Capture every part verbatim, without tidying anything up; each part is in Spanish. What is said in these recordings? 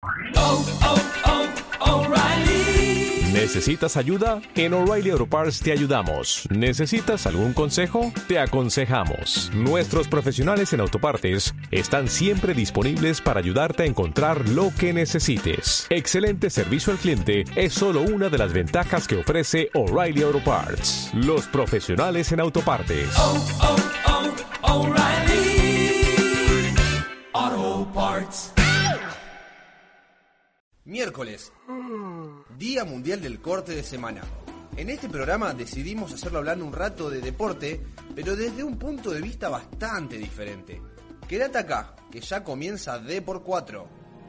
Oh, oh, oh, O'Reilly. ¿Necesitas ayuda? En O'Reilly Auto Parts te ayudamos. ¿Necesitas algún consejo? Te aconsejamos. Nuestros profesionales en autopartes están siempre disponibles para ayudarte a encontrar lo que necesites. Excelente servicio al cliente es solo una de las ventajas que ofrece O'Reilly Auto Parts. Los profesionales en autopartes. Oh, oh, oh, O'Reilly Auto Parts. Miércoles, Día Mundial del Corte de Semana. En este programa decidimos hacerlo hablando un rato de deporte, pero desde un punto de vista bastante diferente. Quédate acá, que ya comienza D por cuatro.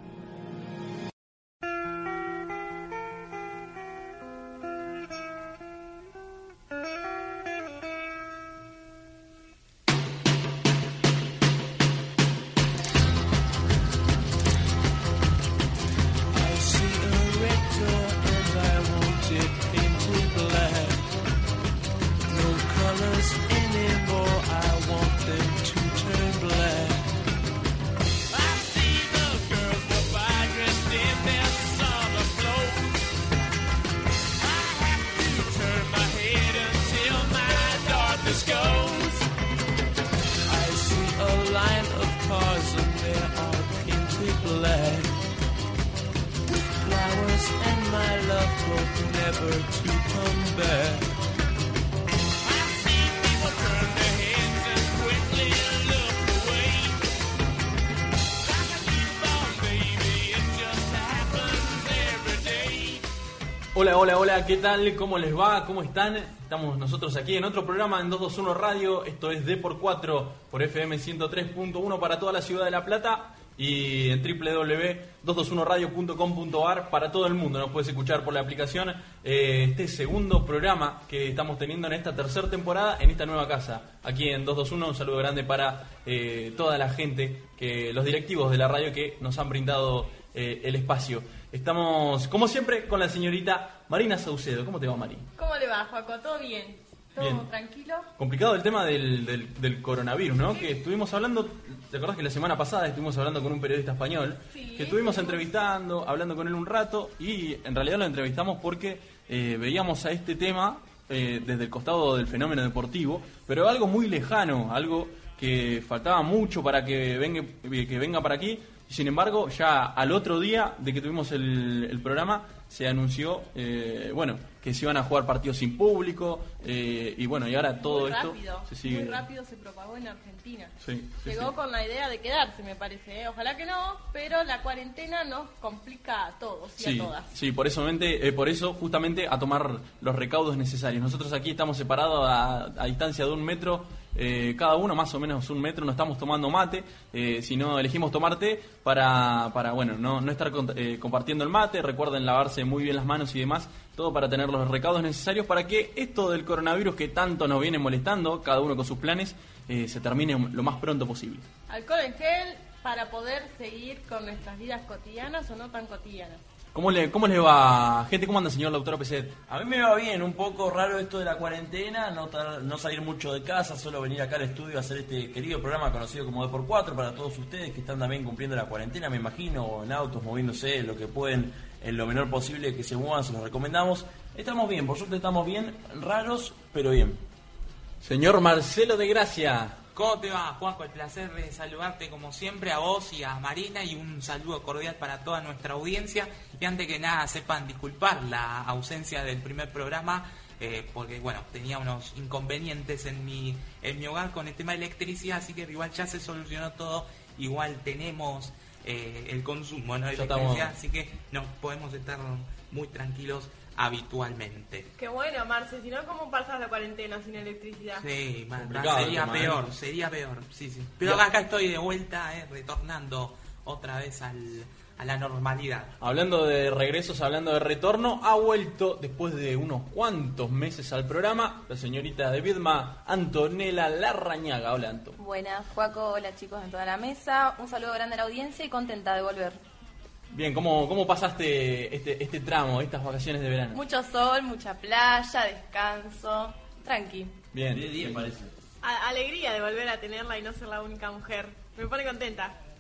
Hola, hola, hola, ¿qué tal? ¿Cómo les va? ¿Cómo están? Estamos nosotros aquí en otro programa en doscientos veintiuno Radio. Esto es D por cuatro por F M ciento tres punto uno para toda la ciudad de La Plata y en doble u doble u doble u punto doscientos veintiuno radio punto com punto a r para todo el mundo. Nos puedes escuchar por la aplicación. Eh, este segundo programa que estamos teniendo en esta tercera temporada en esta nueva casa. Aquí en doscientos veintiuno, un saludo grande para eh, toda la gente, que los directivos de la radio que nos han brindado eh, el espacio. Estamos, como siempre, con la señorita Marina Saucedo. ¿Cómo te va, Mari? ¿Cómo le va, Joaco? ¿Todo bien? ¿Todo Bien. tranquilo? Complicado el tema del, del, del coronavirus, ¿no? Sí. Que estuvimos hablando, ¿te acordás que la semana pasada estuvimos hablando con un periodista español? Sí. Que estuvimos entrevistando, hablando con él un rato, y en realidad lo entrevistamos porque eh, veíamos a este tema eh, desde el costado del fenómeno deportivo, pero algo muy lejano, algo que faltaba mucho para que venga, que venga para aquí. Sin embargo, ya al otro día de que tuvimos el, el programa, se anunció, eh, bueno, que se iban a jugar partidos sin público, eh, y bueno, y ahora todo muy esto rápido, se sigue. Muy rápido se propagó en Argentina. Sí, sí, Llegó sí. con la idea de quedarse, me parece, ¿eh? Ojalá que no, pero la cuarentena nos complica a todos y Sí, a todas. sí, por eso, eh, por eso justamente a tomar los recaudos necesarios. Nosotros aquí estamos separados a, a distancia de un metro, eh, cada uno más o menos un metro, no estamos tomando mate, eh, sino elegimos tomar té para, para bueno, no, no estar con, eh, compartiendo el mate. Recuerden lavarse muy bien las manos y demás, todo para tener los recaudos necesarios para que esto del coronavirus que tanto nos viene molestando, cada uno con sus planes, eh, se termine lo más pronto posible. Alcohol en gel para poder seguir con nuestras vidas cotidianas o no tan cotidianas. ¿Cómo le, cómo le va, gente? ¿Cómo anda, señor doctor Peset? A mí me va bien, un poco raro esto de la cuarentena, no, tar- no salir mucho de casa, solo venir acá al estudio a hacer este querido programa conocido como D por cuatro para todos ustedes que están también cumpliendo la cuarentena, me imagino, en autos, moviéndose, lo que pueden, en lo menor posible que se muevan, se los recomendamos. Estamos bien, por suerte estamos bien, raros, pero bien. Señor Marcelo de Gracia. ¿Cómo te va, Juanjo? El placer de saludarte como siempre a vos y a Marina, y un saludo cordial para toda nuestra audiencia. Y antes que nada sepan disculpar la ausencia del primer programa, eh, porque bueno, tenía unos inconvenientes en mi, en mi hogar con el tema de electricidad, así que igual ya se solucionó todo, igual tenemos eh, el consumo, ¿no? de Ya electricidad, estamos. así que no podemos estar muy tranquilos habitualmente. Qué bueno, Marce, si no, ¿cómo pasas la cuarentena sin electricidad? Sí, ma- Complicado sería el tema, peor, ¿eh? sería peor, sí, sí. Pero acá estoy de vuelta, eh, retornando otra vez al, a la normalidad. Hablando de regresos, hablando de retorno, ha vuelto después de unos cuantos meses al programa la señorita de Viedma, Antonella Larrañaga. Hola, Anto. Buenas, Juaco, hola chicos en toda la mesa, un saludo grande a la audiencia y contenta de volver. Bien, ¿cómo, cómo pasaste este, este tramo, estas vacaciones de verano? Mucho sol, mucha playa, descanso, tranqui. Bien, diez, diez bien. parece. A- alegría de volver a tenerla y no ser la única mujer. Me pone contenta.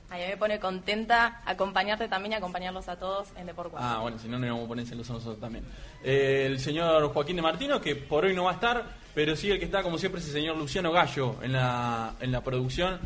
A mí me pone contenta acompañarte también y acompañarlos a todos en Depor cuatro. Ah, bueno, si no, no íbamos a poner celosos nosotros también. Eh, el señor Joaquín de Martino, que por hoy no va a estar, pero sí el que está, como siempre, es el señor Luciano Gallo en la, en la producción.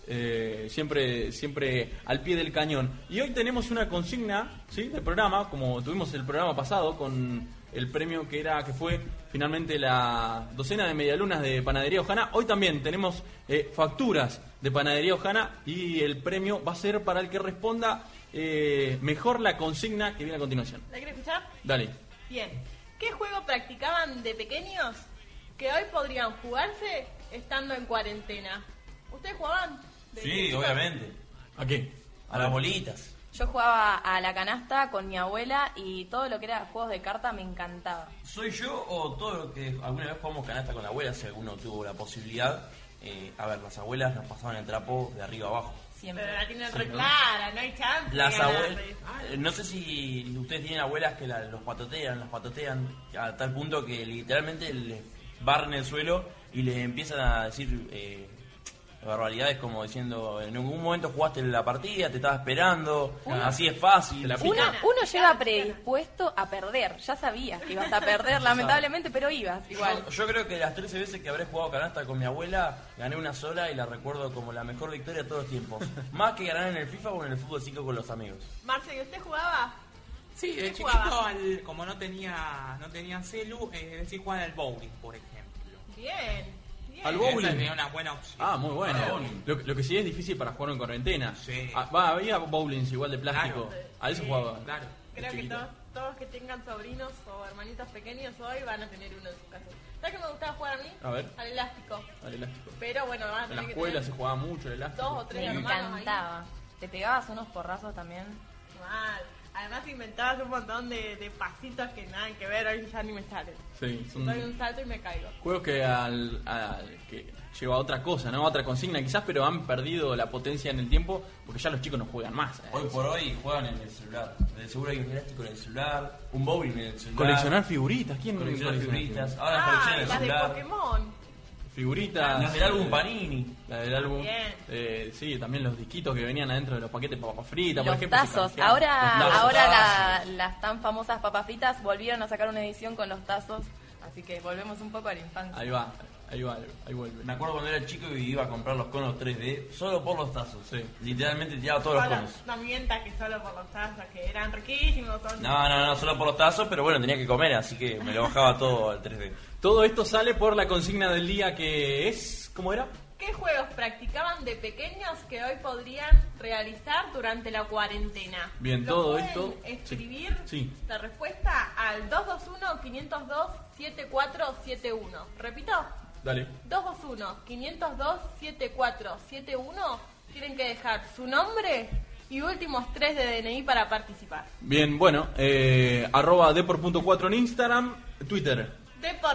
Eh, siempre siempre al pie del cañón. Y hoy tenemos una consigna, ¿sí?, del programa, como tuvimos el programa pasado con el premio que era que fue finalmente la docena de medialunas de Panadería Ojana. Hoy también tenemos eh, facturas de Panadería Ojana y el premio va a ser para el que responda eh, mejor la consigna que viene a continuación. ¿La quiere escuchar? Dale. Bien. ¿Qué juego practicaban de pequeños que hoy podrían jugarse estando en cuarentena? ¿Ustedes jugaban? de Sí, chicos? obviamente. ¿A qué? A las bolitas. Yo jugaba a la canasta con mi abuela y todo lo que era juegos de carta me encantaba. ¿Soy yo o todo lo que alguna vez jugamos canasta con la abuela, si alguno tuvo la posibilidad? Eh, a ver, las abuelas nos pasaban el trapo de arriba abajo. Siempre. Pero la tienen Sí, re ¿no? clara, no hay chance. de Las ganarle. abuelas, no sé si ustedes tienen abuelas que la- los patotean, las patotean a tal punto que literalmente les barren el suelo y les empiezan a decir eh, barbaridades como diciendo en algún momento jugaste la partida, te estaba esperando, así es fácil. La Uno, pica. uno llega predispuesto a perder, ya sabías que ibas a perder, lamentablemente, pero ibas igual. Yo, yo creo que las trece veces que habré jugado canasta con mi abuela, gané una sola y la recuerdo como la mejor victoria de todos los tiempos. Más que ganar en el FIFA o en el fútbol cinco con los amigos. Marce, ¿y usted jugaba? Sí, de ¿Qué chiquito, jugaba? al- como no tenía no tenía celu, eh, decí jugar al bowling, por ejemplo. Bien. bien. Al bowling. Esa sería una buena opción. Ah, muy bueno. Ah, bowling. Lo, lo que sí es difícil para jugar en cuarentena. Sí. Ah, va, había bowlings igual de plástico. Claro. A eso Sí. jugaba. Claro. Creo que chiquito. todos, todos que tengan sobrinos o hermanitos pequeños hoy van a tener uno en su casa. ¿Sabes qué me gustaba jugar a mí? A ver. Al elástico. Al elástico. Pero bueno, van a En tener la que escuela se tener jugaba mucho el elástico. dos o tres Me hermanos ahí. encantaba. Te pegabas unos porrazos también. Mal. Además inventabas un montón de, de pasitos que nada que ver, hoy ya ni me salen. Sí, son Doy un salto y me caigo. juegos que al, al- que lleva a otra cosa, ¿no? A otra consigna quizás, pero han perdido la potencia en el tiempo porque ya los chicos no juegan más. ¿eh? Hoy por hoy juegan en el celular. De seguro hay un elástico en el celular, un bowling en el celular. Coleccionar figuritas, ¿quién coleccionar colecciona figuritas. Ahora Ah, coleccionan el las de celular. Pokémon. Figuritas. Las del álbum eh, Panini. La del álbum. Bien. Eh, sí, también los disquitos que venían adentro de los paquetes de papas fritas, por Los ejemplo. se tazos. canjeaban. Ahora, Los tazos. ahora la- las tan famosas papas fritas volvieron a sacar una edición con los tazos. Así que volvemos un poco a la infancia. Ahí va, ahí va, ahí vuelve. Me acuerdo cuando era chico y iba a comprar los conos tres D solo por los tazos. Sí. Literalmente tiraba todos los Solo, conos. no mientas que solo por los tazos, que eran riquísimos. Son... No, no, no, solo por los tazos, pero bueno, tenía que comer, así que me lo bajaba todo al tres D. Todo esto sale por la consigna del día que es... ¿Cómo era? ¿Qué juegos practicaban de pequeños que hoy podrían realizar durante la cuarentena? Bien, ¿Lo todo pueden esto- escribir Sí. Sí. la respuesta al dos dos uno, cinco cero dos, siete cuatro siete uno. ¿Repito? Dale. dos dos uno, cinco cero dos, siete cuatro siete uno. Tienen que dejar su nombre y últimos tres de D N I para participar. Bien, bueno, eh, arroba depor punto cuatro en Instagram, Twitter.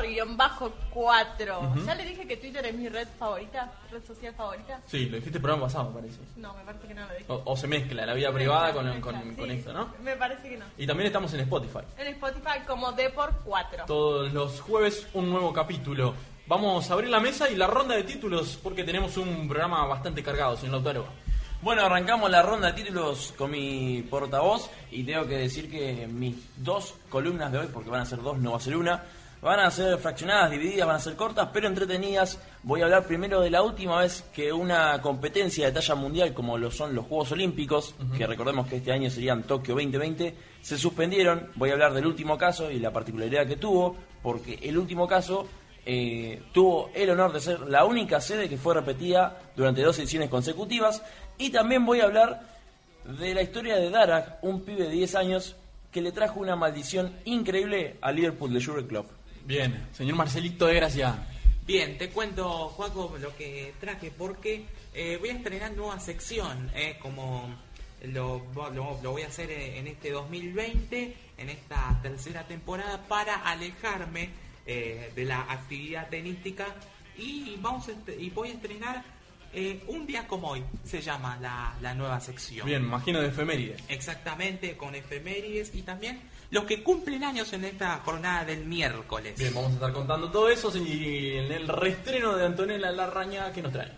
Depor-cuatro. Ya le dije que Twitter es mi red favorita, red social favorita. Sí, lo dijiste el programa pasado, me parece. No, me parece que no lo dije. O, o se mezcla la vida privada con, con, Sí, con esto, ¿no? Me parece que no. Y también estamos en Spotify. En Spotify como Depor cuatro. Todos los jueves un nuevo capítulo. Vamos a abrir la mesa y la ronda de títulos porque tenemos un programa bastante cargado, señor Lautaro. Bueno, arrancamos la ronda de títulos con mi portavoz y tengo que decir que mis dos columnas de hoy, porque van a ser dos, no va a ser una, van a ser fraccionadas, divididas, van a ser cortas, pero entretenidas. Voy a hablar primero de la última vez que una competencia de talla mundial, como lo son los Juegos Olímpicos, uh-huh. que recordemos que este año serían Tokio veinte veinte, se suspendieron. Voy a hablar del último caso y la particularidad que tuvo, porque el último caso eh, tuvo el honor de ser la única sede que fue repetida durante dos ediciones consecutivas. Y también voy a hablar de la historia de Darak, un pibe de diez años que le trajo una maldición increíble al Liverpool de Jurgen Klopp. Bien, señor Marcelito de Gracia. Bien, te cuento, Juaco, lo que traje, porque eh, voy a estrenar nueva sección, eh, como lo, lo, lo voy a hacer en este dos mil veinte, en esta tercera temporada, para alejarme eh, de la actividad tenística, y, vamos a est- y voy a estrenar eh, un día como hoy, se llama la, la nueva sección. Bien, imagino de efemérides. Exactamente, con efemérides y también los que cumplen años en esta jornada del miércoles. Bien, vamos a estar contando todo eso y en el reestreno de Antonella Larrañaga, ¿qué nos trae?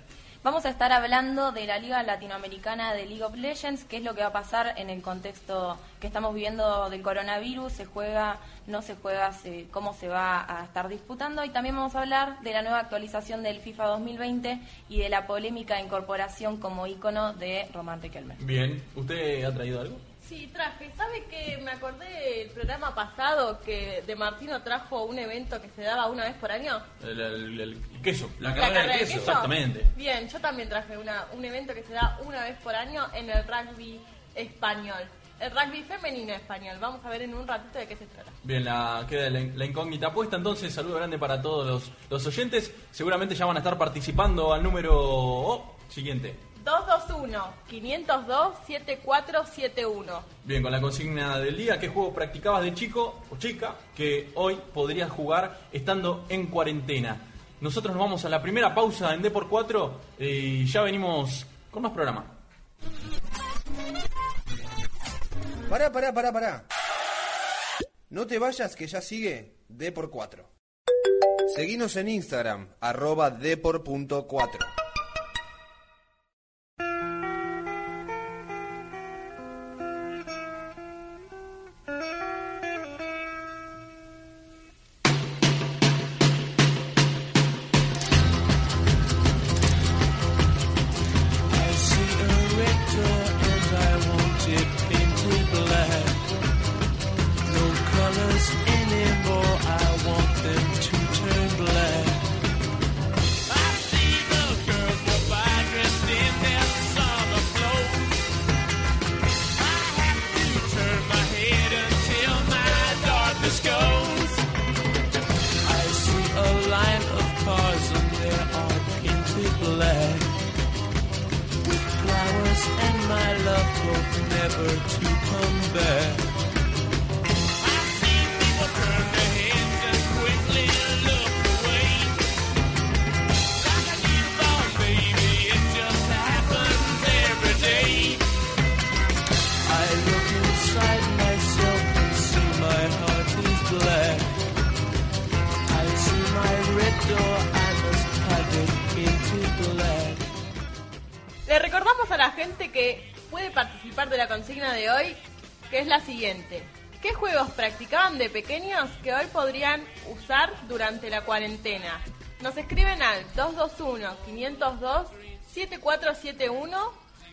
Vamos a estar hablando de la Liga Latinoamericana de League of Legends, qué es lo que va a pasar en el contexto que estamos viviendo del coronavirus, se juega, no se juega, se, cómo se va a estar disputando, y también vamos a hablar de la nueva actualización del FIFA dos mil veinte y de la polémica incorporación como ícono de Román Riquelme. Bien, ¿usted ha traído algo? Sí, traje. ¿Sabe que me acordé del programa pasado que De Martino trajo un evento que se daba una vez por año? El, el- el queso, la ¿La carrera carrera de de queso, queso? exactamente. Bien, yo también traje una, un evento que se da una vez por año en el rugby español. El rugby femenino español. Vamos a ver en un ratito de qué se trata. Bien, la, queda la, la incógnita puesta, entonces saludo grande para todos los, los oyentes. Seguramente ya van a estar participando al número oh, siguiente. dos dos uno, quinientos dos, setenta y cuatro setenta y uno. Bien, con la consigna del día, ¿qué juego practicabas de chico o chica que hoy podrías jugar estando en cuarentena? Nosotros nos vamos a la primera pausa en D por cuatro y ya venimos con más programa. Pará, pará, pará, pará. No te vayas que ya sigue D por cuatro. Seguinos en Instagram, arroba D por punto cuatro. Le recordamos a la gente que puede participar de la consigna de hoy, que es la siguiente. ¿Qué juegos practicaban de pequeños que hoy podrían usar durante la cuarentena? Nos escriben al dos dos uno, quinientos dos, setenta y cuatro setenta y uno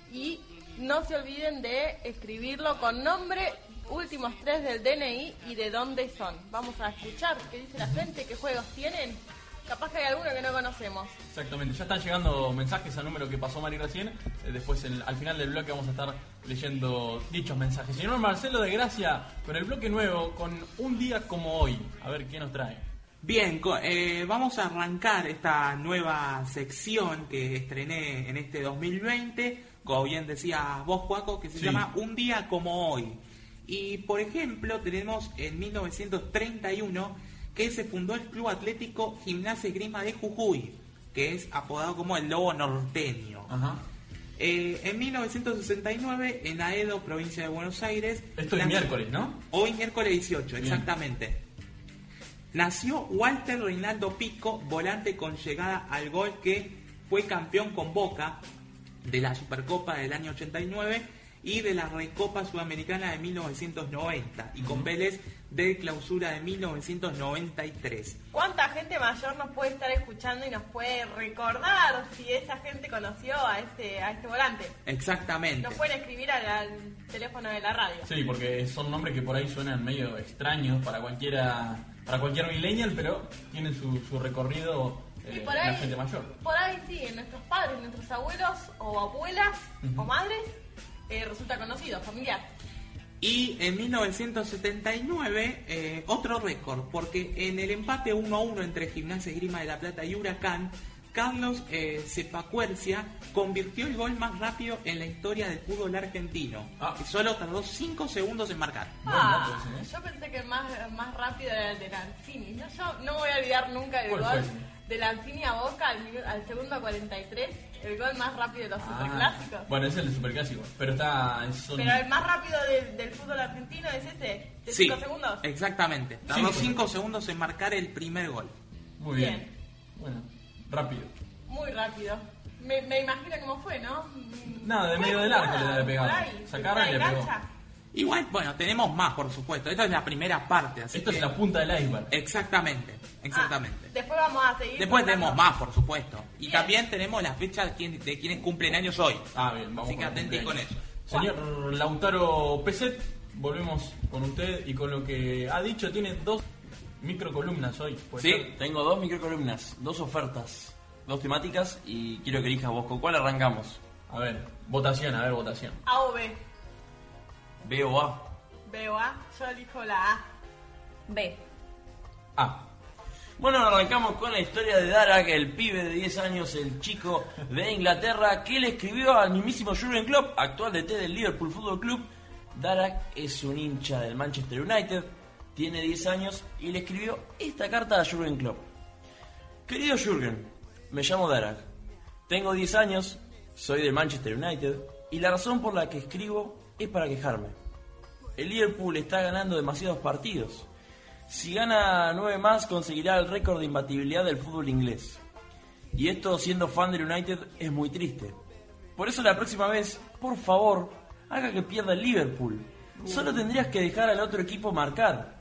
y no se olviden de escribirlo con nombre, últimos tres del D N I y de dónde son. Vamos a escuchar qué dice la gente, qué juegos tienen. Capaz que hay alguno que no conocemos. Exactamente, ya están llegando mensajes al número que pasó Mari recién. Eh, después, en- al final del bloque, vamos a estar leyendo dichos mensajes. Señor Marcelo de Gracia, con el bloque nuevo, con un día como hoy. A ver, ¿qué nos trae? Bien, co- eh, vamos a arrancar esta nueva sección que estrené en este dos mil veinte, como bien decías vos, Juaco, que se Sí. llama Un día como hoy. Y, por ejemplo, tenemos en mil novecientos treinta y uno que se fundó el Club Atlético Gimnasia y Esgrima de Jujuy, que es apodado como el Lobo Norteño. Ajá. Eh, en mil novecientos sesenta y nueve, en Aedo, provincia de Buenos Aires... Esto es nació- miércoles, ¿no? Hoy miércoles dieciocho, Bien. exactamente. Nació Walter Reinaldo Pico, volante con llegada al gol, que fue campeón con Boca de la Supercopa del año ochenta y nueve y de la Recopa Sudamericana de mil novecientos noventa, y con Vélez de Clausura de mil novecientos noventa y tres. ¿Cuánta gente mayor nos puede estar escuchando y nos puede recordar si esa gente conoció a este, a este volante? Exactamente. Nos pueden escribir al, al teléfono de la radio. Sí, porque son nombres que por ahí suenan medio extraños para cualquiera, para cualquier millennial, pero tienen su, su recorrido eh, Y por en la ahí, gente mayor. por ahí sí, en nuestros padres, nuestros abuelos o abuelas o madres, eh, resulta conocido, familiar. Y en mil novecientos setenta y nueve, eh, otro récord, porque en el empate uno a uno entre Gimnasia Esgrima de La Plata y Huracán, Carlos eh, Cepacuercia convirtió el gol más rápido en la historia del fútbol argentino, Ah. que solo tardó cinco segundos en marcar. Buen Ah, dato ese, ¿eh? yo pensé que más, más rápido era el de Lanzini. No, yo no voy a olvidar nunca el ¿Cuál gol fue ese? de Lanzini a Boca al, minu- al segundo cuarenta y tres, el gol más rápido de los superclásicos. Ah, bueno, ese es el superclásico, pero está... son- Pero el más rápido del, del fútbol argentino es ese, de Sí, cinco segundos. exactamente. Tardó Cinco. cinco segundos en marcar el primer gol. Muy bien. Bien. Bueno, rápido. Muy rápido. Me, me imagino cómo fue, ¿no? Nada, de medio del arco le debe pegar. Sacaron y le pegó. Igual, bueno, tenemos más, por supuesto. Esta es la primera parte. Así Esto que... es la punta del iceberg. Exactamente, exactamente. Ah, después vamos a seguir. Después contando. tenemos más, por supuesto. Y Bien. también tenemos la fecha de, quien- de quienes cumplen años hoy. Ah, bien, vamos Así que con el atenten con eso. cumpleaños. Señor Lautaro Peset, volvemos con usted y con lo que ha dicho. Tiene dos microcolumnas hoy. ¿puede Sí, ser? tengo dos microcolumnas, dos ofertas, dos temáticas y quiero que elijas vos. ¿Con cuál arrancamos? A ver, votación, a ver, votación. A o B. ¿B o A? Veo A, yo elijo la A. B. Ah, Bueno, arrancamos con la historia de Darak, el pibe de diez años, el chico de Inglaterra, que le escribió al mismísimo Jurgen Klopp, actual D T del Liverpool Football Club. Darak es un hincha del Manchester United, tiene diez años y le escribió esta carta a Jurgen Klopp. Querido Jurgen, me llamo Darak, tengo diez años, soy del Manchester United y la razón por la que escribo es para quejarme. El Liverpool está ganando demasiados partidos. Si gana nueve más, conseguirá el récord de imbatibilidad del fútbol inglés. Y esto, siendo fan del United, es muy triste. Por eso la próxima vez, por favor, haga que pierda el Liverpool. Solo tendrías que dejar al otro equipo marcar.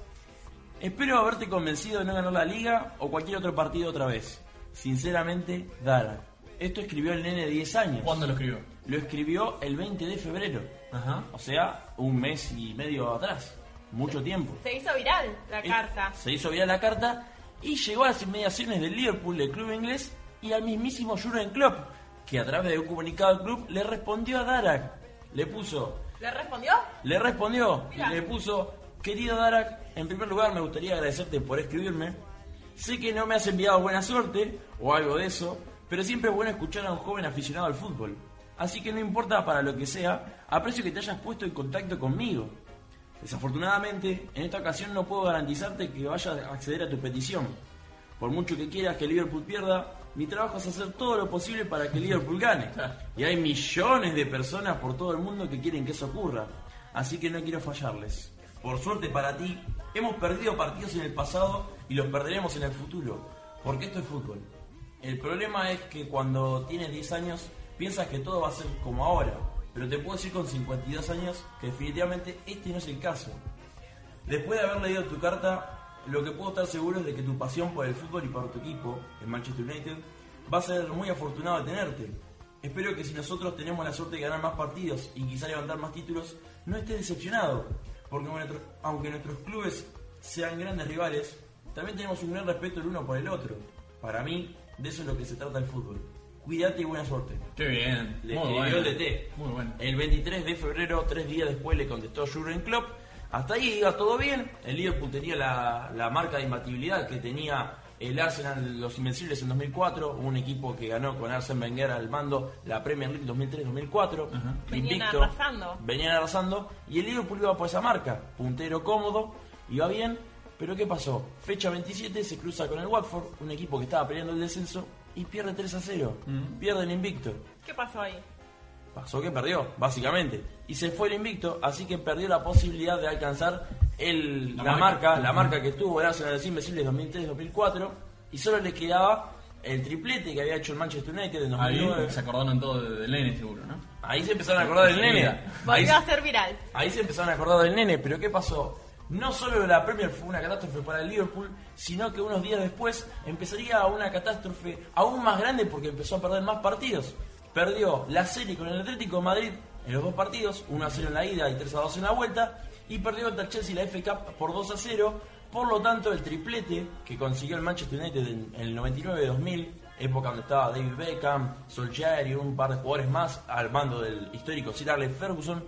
Espero haberte convencido de no ganar la Liga o cualquier otro partido otra vez. Sinceramente, Dara. Esto escribió el nene de diez años. ¿cuándo lo escribió? Lo escribió el veinte de febrero. Ajá. O sea, un mes y medio atrás. Mucho tiempo. Se hizo viral la Eh, carta. Se hizo viral la carta y llegó a las inmediaciones del Liverpool, del club inglés, y al mismísimo Jurgen Klopp, que a través de un comunicado al club le respondió a Darak. Le puso, ¿Le respondió? le respondió, Mirá. le puso, querido Darak, en primer lugar me gustaría agradecerte por escribirme. Sé que no me has enviado buena suerte o algo de eso, pero siempre es bueno escuchar a un joven aficionado al fútbol. Así que no importa para lo que sea, aprecio que te hayas puesto en contacto conmigo. Desafortunadamente, en esta ocasión no puedo garantizarte que vayas a acceder a tu petición. Por mucho que quieras que Liverpool pierda, mi trabajo es hacer todo lo posible para que Liverpool gane. Y hay millones de personas por todo el mundo que quieren que eso ocurra. Así que no quiero fallarles. Por suerte para ti, hemos perdido partidos en el pasado y los perderemos en el futuro. Porque esto es fútbol. El problema es que cuando tienes diez años, piensas que todo va a ser como ahora. Pero te puedo decir con cincuenta y dos años que definitivamente este no es el caso. Después de haber leído tu carta, lo que puedo estar seguro es de que tu pasión por el fútbol y por tu equipo, el Manchester United, va a ser muy afortunado de tenerte. Espero que si nosotros tenemos la suerte de ganar más partidos y quizá levantar más títulos, no estés decepcionado. Porque nuestro- aunque nuestros clubes sean grandes rivales, también tenemos un gran respeto el uno por el otro. Para mí, de eso es lo que se trata el fútbol. Cuídate y buena suerte. Qué bien. Le Muy escribió bueno. el D T. Muy bueno. El veintitrés de febrero, tres días después, le contestó Jurgen Klopp. Hasta ahí iba todo bien. El Liverpool tenía la, la marca de imbatibilidad que tenía el Arsenal, los Invencibles en dos mil cuatro, un equipo que ganó con Arsène Wenger al mando la Premier League dos mil tres dos mil cuatro. Ajá. Venían arrasando. Venían arrasando y el Liverpool iba por esa marca. Puntero cómodo, iba bien. Pero ¿qué pasó? Fecha veintisiete, se cruza con el Watford, un equipo que estaba peleando el descenso, y pierde tres a cero. Mm. Pierde el invicto. ¿Qué pasó ahí? Pasó que perdió, básicamente. Y se fue el invicto, así que perdió la posibilidad de alcanzar el, La la, marca. marca, la marca que tuvo el Arsenal de los Invencibles dos mil tres dos mil cuatro. Y solo le quedaba el triplete que había hecho el Manchester United en dos mil nueve. Ahí se acordaron todo del nene, seguro, ¿no? Ahí se empezaron a acordar del nene. Ahí, Volvió a ser viral. ahí se empezaron a acordar del nene, pero ¿qué pasó? No solo la Premier fue una catástrofe para el Liverpool, sino que unos días después empezaría una catástrofe aún más grande porque empezó a perder más partidos. Perdió la serie con el Atlético de Madrid en los dos partidos, uno a cero en la ida y tres a dos en la vuelta, y perdió contra el Chelsea la F A Cup por dos a cero. Por lo tanto, el triplete que consiguió el Manchester United en el noventa y nueve dos mil, época donde estaba David Beckham, Solskjaer y un par de jugadores más al mando del histórico Sir Alex Ferguson,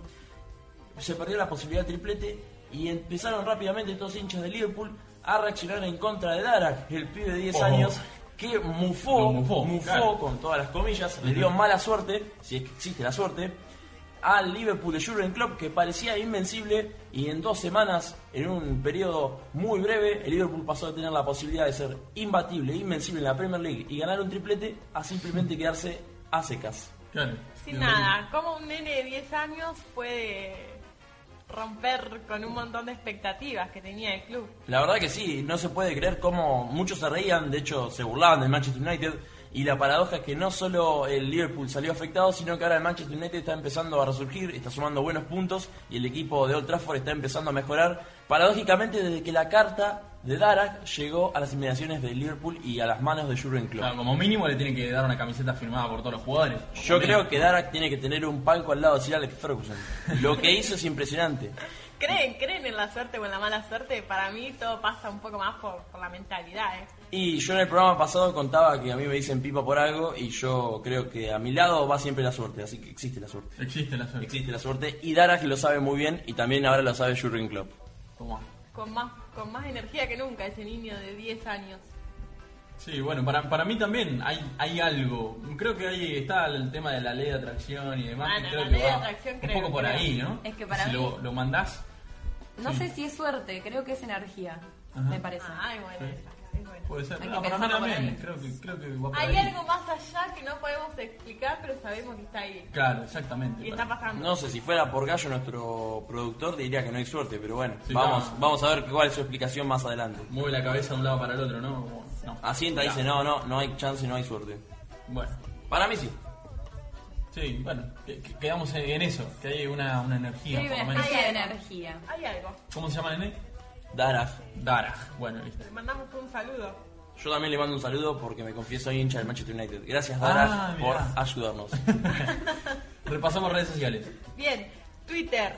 se perdió la posibilidad de triplete y empezaron rápidamente todos hinchas de Liverpool a reaccionar en contra de Darak, el pibe de diez Oh. años que mufó, Lo mufó, mufó claro. con todas las comillas, le dio mala suerte, si es que existe la suerte, al Liverpool de Jurgen Klopp, que parecía invencible, y en dos semanas, en un periodo muy breve, el Liverpool pasó a tener la posibilidad de ser imbatible, invencible en la Premier League y ganar un triplete a simplemente quedarse a secas. Claro. Sin nada. ¿Cómo un nene de diez años puede romper con un montón de expectativas que tenía el club? La verdad que sí, no se puede creer cómo muchos se reían, de hecho se burlaban del Manchester United Y la paradoja es que no solo el Liverpool salió afectado, sino que ahora el Manchester United está empezando a resurgir, está sumando buenos puntos y el equipo de Old Trafford está empezando a mejorar. Paradójicamente, desde que la carta de Darak llegó a las inmediaciones de Liverpool y a las manos de Jurgen Klopp. Claro, como mínimo le tienen que dar una camiseta firmada por todos los jugadores. Yo creo que Darak tiene que tener un palco al lado de Sir Alex Ferguson. Lo que hizo es impresionante. ¿Creen, ¿Creen en la suerte o en la mala suerte? Para mí todo pasa un poco más por, por la mentalidad, ¿eh? Y yo en el programa pasado contaba que a mí me dicen pipa por algo y yo creo que a mi lado va siempre la suerte, así que existe la suerte. Existe la suerte. Existe la suerte y Darak lo sabe muy bien y también ahora lo sabe Jurgen Klopp. ¿Cómo? Con más, con más energía que nunca ese niño de diez años. Sí, bueno, para, para mí también hay, hay algo. Creo que ahí está el tema de la ley de atracción y demás. Bueno, que creo la que ley de va atracción un creo poco por que- ahí, ¿no? Es que para si mí- lo, lo mandás. No Sí. sé si es suerte, creo que es energía, Ajá. me parece. Ay, bueno, Sí. esa, es bueno. Puede ser. Hay No, que para mí pensarlo por también. ahí. Creo que, creo que va por Hay ahí. algo más allá que no podemos explicar, pero sabemos que está ahí. Claro, exactamente. Y está pasando. No sé, si fuera por Gallo nuestro productor diría que no hay suerte, pero bueno, Sí, vamos, no. vamos a ver cuál es su explicación más adelante. Mueve la cabeza de un lado para el otro, ¿no? Como- no. Asienta, dice no, no, no hay chance, no hay suerte. Bueno. Para mí sí. Sí, bueno, que- que- quedamos en, en eso, que hay una, una energía, Hay por lo una menos. especie de energía. Hay algo. ¿Cómo se llama, nene? Darak. Dara. Bueno, listo. Le mandamos un saludo. Yo también le mando un saludo porque me confieso hincha del Manchester United. Gracias Ah, Darak por mirá. ayudarnos. Repasamos redes sociales. Bien, Twitter,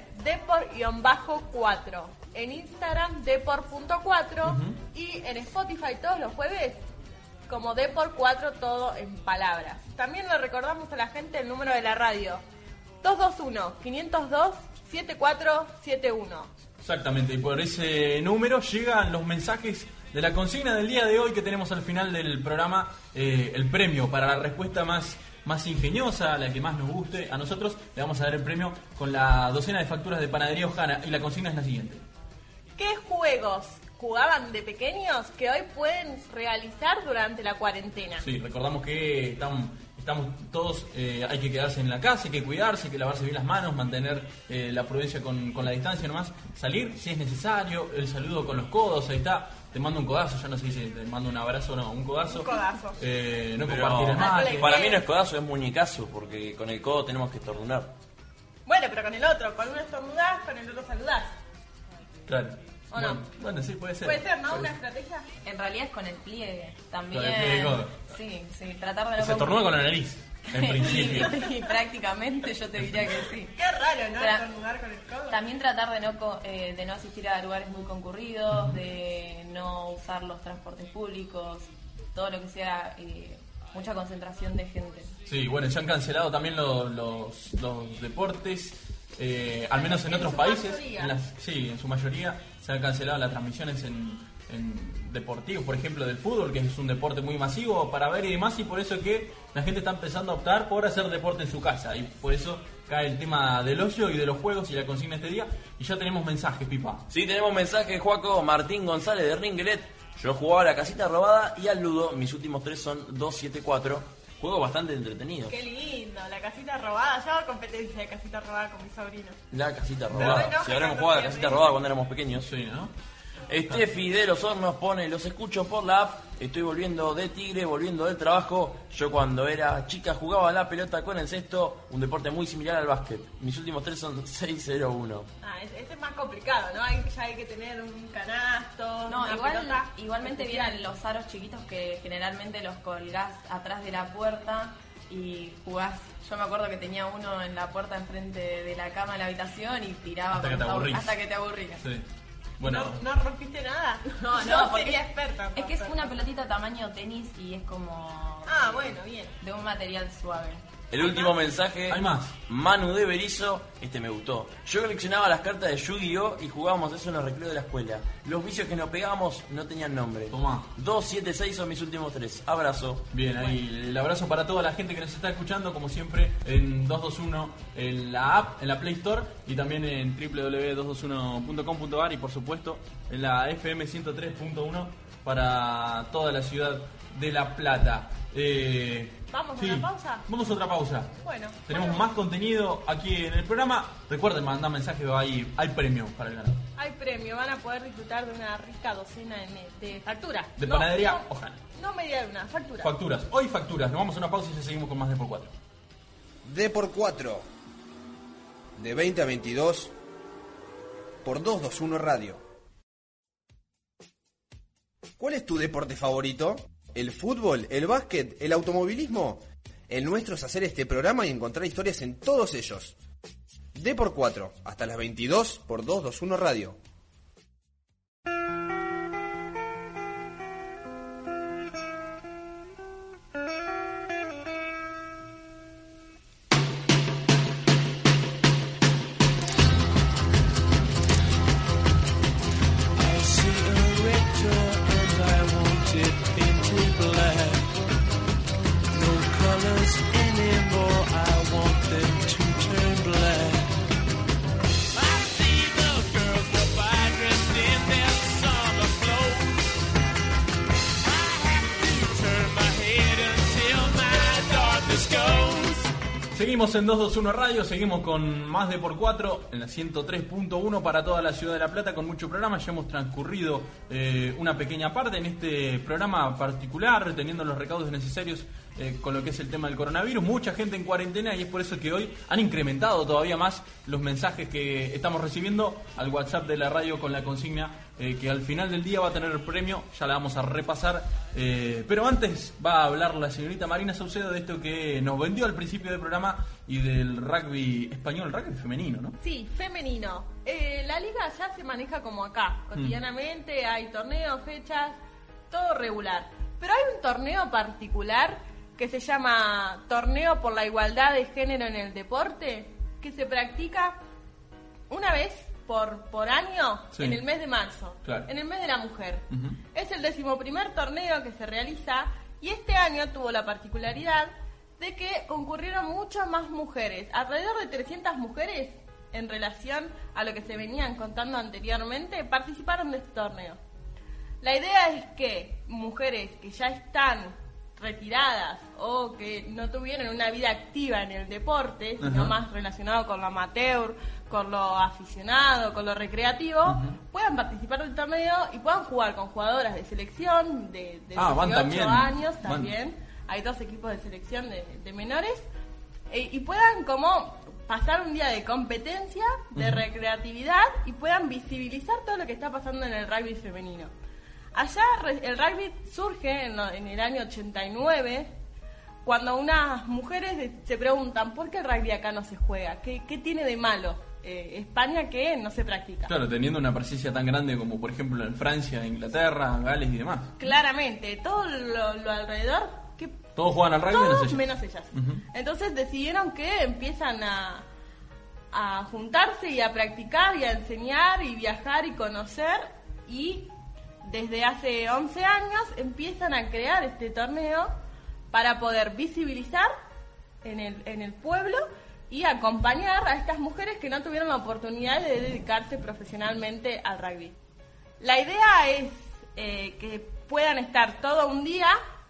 Depor cuatro. En Instagram, Depor punto cuatro. Y en Spotify todos los jueves, como Depor cuatro, todo en palabras. También le recordamos a la gente el número de la radio. dos dos uno, quinientos dos, setenta y cuatro setenta y uno. Exactamente, y por ese número llegan los mensajes de la consigna del día de hoy que tenemos al final del programa, eh, el premio para la respuesta más, más ingeniosa, la que más nos guste. A nosotros le vamos a dar el premio con la docena de facturas de Panadería Ojara y la consigna es la siguiente. ¿Qué juegos jugaban de pequeños que hoy pueden realizar durante la cuarentena? Sí, recordamos que estamos, estamos todos, eh, hay que quedarse en la casa, hay que cuidarse, hay que lavarse bien las manos, mantener eh, la prudencia con, con la distancia nomás, salir si es necesario, el saludo con los codos, ahí está, te mando un codazo, ya no se dice, te mando un abrazo, no, un codazo. Un codazo. Eh, no Pero compartir el mate. para mí no es codazo, es muñecazo, porque con el codo tenemos que estornudar. Bueno, pero con el otro, con uno estornudás, con el otro saludás. Claro. ¿O no? Bueno, bueno, sí, puede ser. Puede ser, ¿no? Puede Una ser. estrategia. En realidad es con el pliegue también. Con el pliegue de codo. Sí, sí, tratar de no Se estornuda con la nariz, en principio. y, y prácticamente yo te diría que sí. Qué raro, ¿no? Tra- Estornudar con el codo. También tratar de no co- eh, de no asistir a lugares muy concurridos, de no usar los transportes públicos, todo lo que sea eh, mucha concentración de gente. Sí, bueno, se han cancelado también lo- los, los deportes, eh, al menos en, En otros su países. mayoría. En las, sí, en su mayoría se han cancelado las transmisiones en, en deportivos, por ejemplo, del fútbol, que es un deporte muy masivo para ver y demás, y por eso es que la gente está empezando a optar por hacer deporte en su casa, y por eso cae el tema del ocio y de los juegos y la consigna este día, y ya tenemos mensajes, Pipa. Sí, tenemos mensaje, Joaco Martín González de Ringelet. Yo jugaba a la casita robada y al ludo. Mis últimos tres son dos siete cuatro. Juego bastante entretenido. Qué lindo, la casita robada. Yo hago competencia de casita robada con mi sobrino. La casita Pero robada. bueno, Si habremos no jugado a la pierde. casita robada cuando éramos pequeños. Sí, ¿no? Estefi de los Hornos pone, los escucho por la app, estoy volviendo de Tigre, volviendo del trabajo. Yo cuando era chica jugaba a la pelota con el cesto, un deporte muy similar al básquet. Mis últimos tres son seis cero uno. Ah, ese, ese es más complicado, ¿no? Hay, ya hay que tener un canasto, No, una igual, pelota igualmente especial. vienen los aros chiquitos que generalmente los colgás atrás de la puerta y jugás. Yo me acuerdo que tenía uno en la puerta enfrente de la cama de la habitación y tiraba Hasta que con- te aburrís. hasta que te aburrías. Sí. Bueno, ¿No, ¿No rompiste nada? No, Yo no, porque sería experta. en Es que es romper. una pelotita tamaño tenis y es como Ah, bueno, bien. de un material suave. El último mensaje, Hay más. Manu de Berizo, este me gustó. Yo coleccionaba las cartas de Yu-Gi-Oh! Y jugábamos eso en los recreos de la escuela. Los vicios que nos pegábamos no tenían nombre. Tomá. dos siete seis son mis últimos tres. Abrazo. bien, ahí el abrazo para toda la gente que nos está escuchando, como siempre, en dos dos uno, en la app, en la Play Store, y también en doble u doble u doble u punto dos dos uno punto com punto a r y por supuesto en la F M ciento tres punto uno para toda la ciudad de La Plata. Eh, ¿Vamos a sí, una pausa? Vamos a otra pausa. Bueno. Tenemos bueno. más contenido aquí en el programa. Recuerden mandar mensajes, hay, hay premio para el ganador. Hay premio van a poder disfrutar de una rica docena de, de facturas. De No, panadería, no, ojalá. No media luna, facturas. Facturas. Hoy facturas. Nos vamos a una pausa y ya seguimos con más de por cuatro. D por cuatro. De veinte a veintidós. Por doscientos veintiuno Radio. ¿Cuál es tu deporte favorito? ¿El fútbol? ¿El básquet? ¿El automovilismo? El nuestro es hacer este programa y encontrar historias en todos ellos. D por cuatro, hasta las veintidós por doscientos veintiuno Radio. Seguimos en doscientos veintiuno Radio, seguimos con más de por cuatro en la ciento tres punto uno para toda la ciudad de La Plata con mucho programa. Ya hemos transcurrido eh, una pequeña parte en este programa particular, teniendo los recaudos necesarios eh, con lo que es el tema del coronavirus. Mucha gente en cuarentena y es por eso que hoy han incrementado todavía más los mensajes que estamos recibiendo al WhatsApp de la radio con la consigna eh, que al final del día va a tener el premio. Ya la vamos a repasar, eh, pero antes va a hablar la señorita Marina Saucedo de esto que nos vendió al principio del programa y del rugby español, rugby femenino, ¿no? Sí, femenino. Eh, la liga ya se maneja como acá, cotidianamente, mm. hay torneos, fechas, todo regular. Pero hay un torneo particular que se llama Torneo por la Igualdad de Género en el Deporte, que se practica una vez por, por año, sí, en el mes de marzo, claro, en el mes de la mujer. Uh-huh. Es el decimoprimer torneo que se realiza y este año tuvo la particularidad de que concurrieron muchas más mujeres, alrededor de trescientas mujeres en relación a lo que se venían contando anteriormente, participaron de este torneo. La idea es que mujeres que ya están retiradas o que no tuvieron una vida activa en el deporte, sino uh-huh. más relacionado con lo amateur, con lo aficionado, con lo recreativo, uh-huh. puedan participar del torneo y puedan jugar con jugadoras de selección de, de ah, dieciocho años van. también. Hay dos equipos de selección de, de menores e, y puedan como pasar un día de competencia, de uh-huh. recreatividad y puedan visibilizar todo lo que está pasando en el rugby femenino. Allá el rugby surge en, lo, en el año ochenta y nueve, cuando unas mujeres se preguntan ¿por qué el rugby acá no se juega? ¿Qué, qué tiene de malo eh, España que no se practica? Claro, teniendo una presencia tan grande como por ejemplo en Francia, Inglaterra, Gales y demás. Claramente, todo lo, lo alrededor... que todos juegan al rugby todos menos ellas. Menos ellas. Uh-huh. Entonces decidieron que empiezan a, a juntarse y a practicar y a enseñar y viajar y conocer y... desde hace once años empiezan a crear este torneo para poder visibilizar en el, en el pueblo y acompañar a estas mujeres que no tuvieron la oportunidad de dedicarse profesionalmente al rugby. La idea es eh, que puedan estar todo un día,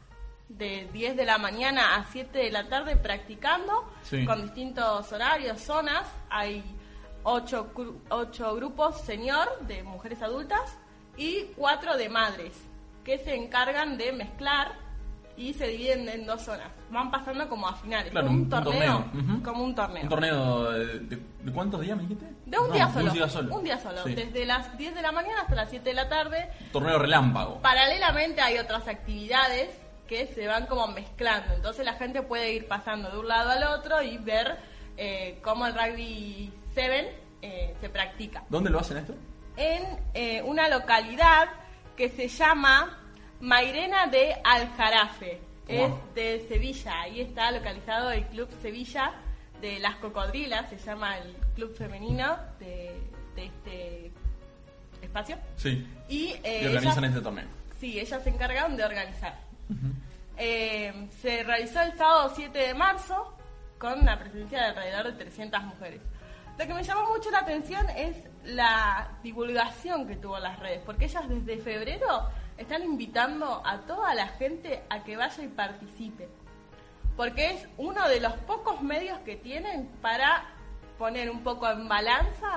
de diez de la mañana a siete de la tarde, practicando, sí, con distintos horarios, zonas. Hay ocho, ocho grupos senior de mujeres adultas y cuatro de madres, que se encargan de mezclar y se dividen en dos zonas. Van pasando como a finales, claro, como un, un torneo, torneo. Uh-huh. como un torneo. ¿Un torneo de, de, de cuántos días me dijiste? De un, no, día, de solo, un día solo. Un día solo, sí, desde las diez de la mañana hasta las siete de la tarde. Torneo relámpago. Paralelamente hay otras actividades que se van como mezclando, entonces la gente puede ir pasando de un lado al otro y ver eh, cómo el rugby siete eh, se practica. ¿Dónde lo hacen esto? En eh, una localidad que se llama Mairena de Aljarafe, wow, es de Sevilla. Ahí está localizado el Club Sevilla de las Cocodrilas, se llama el club femenino de, de este espacio. Sí, y, eh, y organizan ellas, este torneo. Sí, ellas se encargaron de organizar. Uh-huh. Eh, se realizó el sábado siete de marzo con la presencia de alrededor de trescientas mujeres. Lo que me llamó mucho la atención es la divulgación que tuvo en las redes, porque ellas desde febrero están invitando a toda la gente a que vaya y participe, porque es uno de los pocos medios que tienen para poner un poco en balanza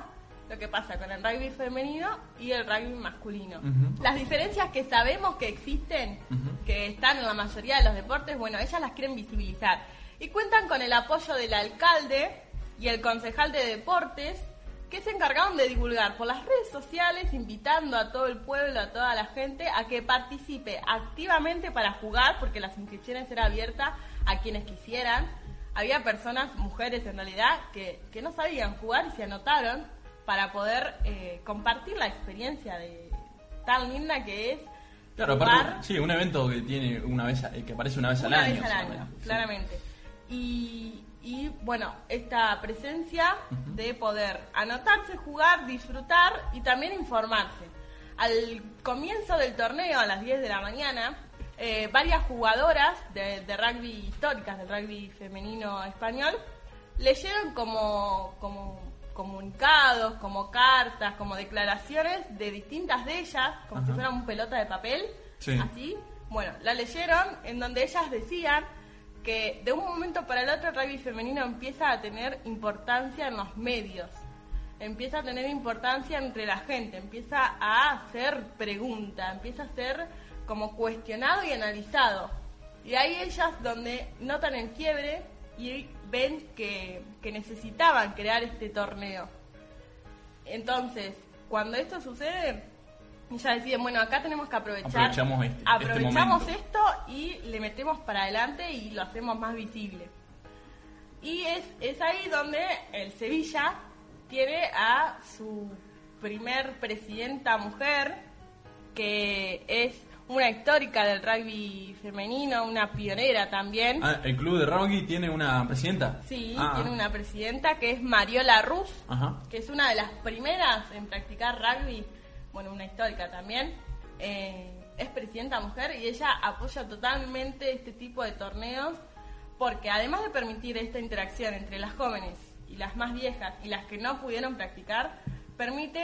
lo que pasa con el rugby femenino y el rugby masculino. Ujú. Las diferencias que sabemos que existen, Ujú. que están en la mayoría de los deportes, bueno, ellas las quieren visibilizar. Y cuentan con el apoyo del alcalde y el concejal de deportes, que se encargaron de divulgar por las redes sociales, invitando a todo el pueblo, a toda la gente, a que participe activamente para jugar, porque las inscripciones eran abiertas a quienes quisieran. Había personas, mujeres en realidad, que, que no sabían jugar y se anotaron para poder eh, compartir la experiencia de tan linda que es Claro, jugar aparte, sí, un evento que tiene una vez, a- que aparece una vez al una año. vez al año, solamente. Sí. claramente. Y, y bueno, esta presencia Ujú. de poder anotarse, jugar, disfrutar y también informarse. Al comienzo del torneo, a las diez de la mañana, eh, varias jugadoras de, de rugby históricas, del rugby femenino español, leyeron como, como comunicados, como cartas, como declaraciones de distintas de ellas, como Ajá. si fueran un pelota de papel, Sí. así. Bueno, la leyeron en donde ellas decían que de un momento para el otro el rugby femenino empieza a tener importancia en los medios, empieza a tener importancia entre la gente, empieza a hacer preguntas, empieza a ser como cuestionado y analizado. Y ahí ellas donde notan el quiebre y ven que, que necesitaban crear este torneo. Entonces, cuando esto sucede, ellas deciden, bueno, acá tenemos que aprovechar, Aprovechamos este- este aprovechamos momento. esto y le metemos para adelante y lo hacemos más visible. Y es, es ahí donde el Sevilla tiene a su primer presidenta mujer, que es una histórica del rugby femenino, una pionera también. Ah, el club de rugby tiene una presidenta. Sí, Ah. tiene una presidenta que es Mariola Rus, Ajá. que es una de las primeras en practicar rugby, bueno, una histórica también. Eh, es presidenta mujer y ella apoya totalmente este tipo de torneos porque además de permitir esta interacción entre las jóvenes y las más viejas y las que no pudieron practicar, permite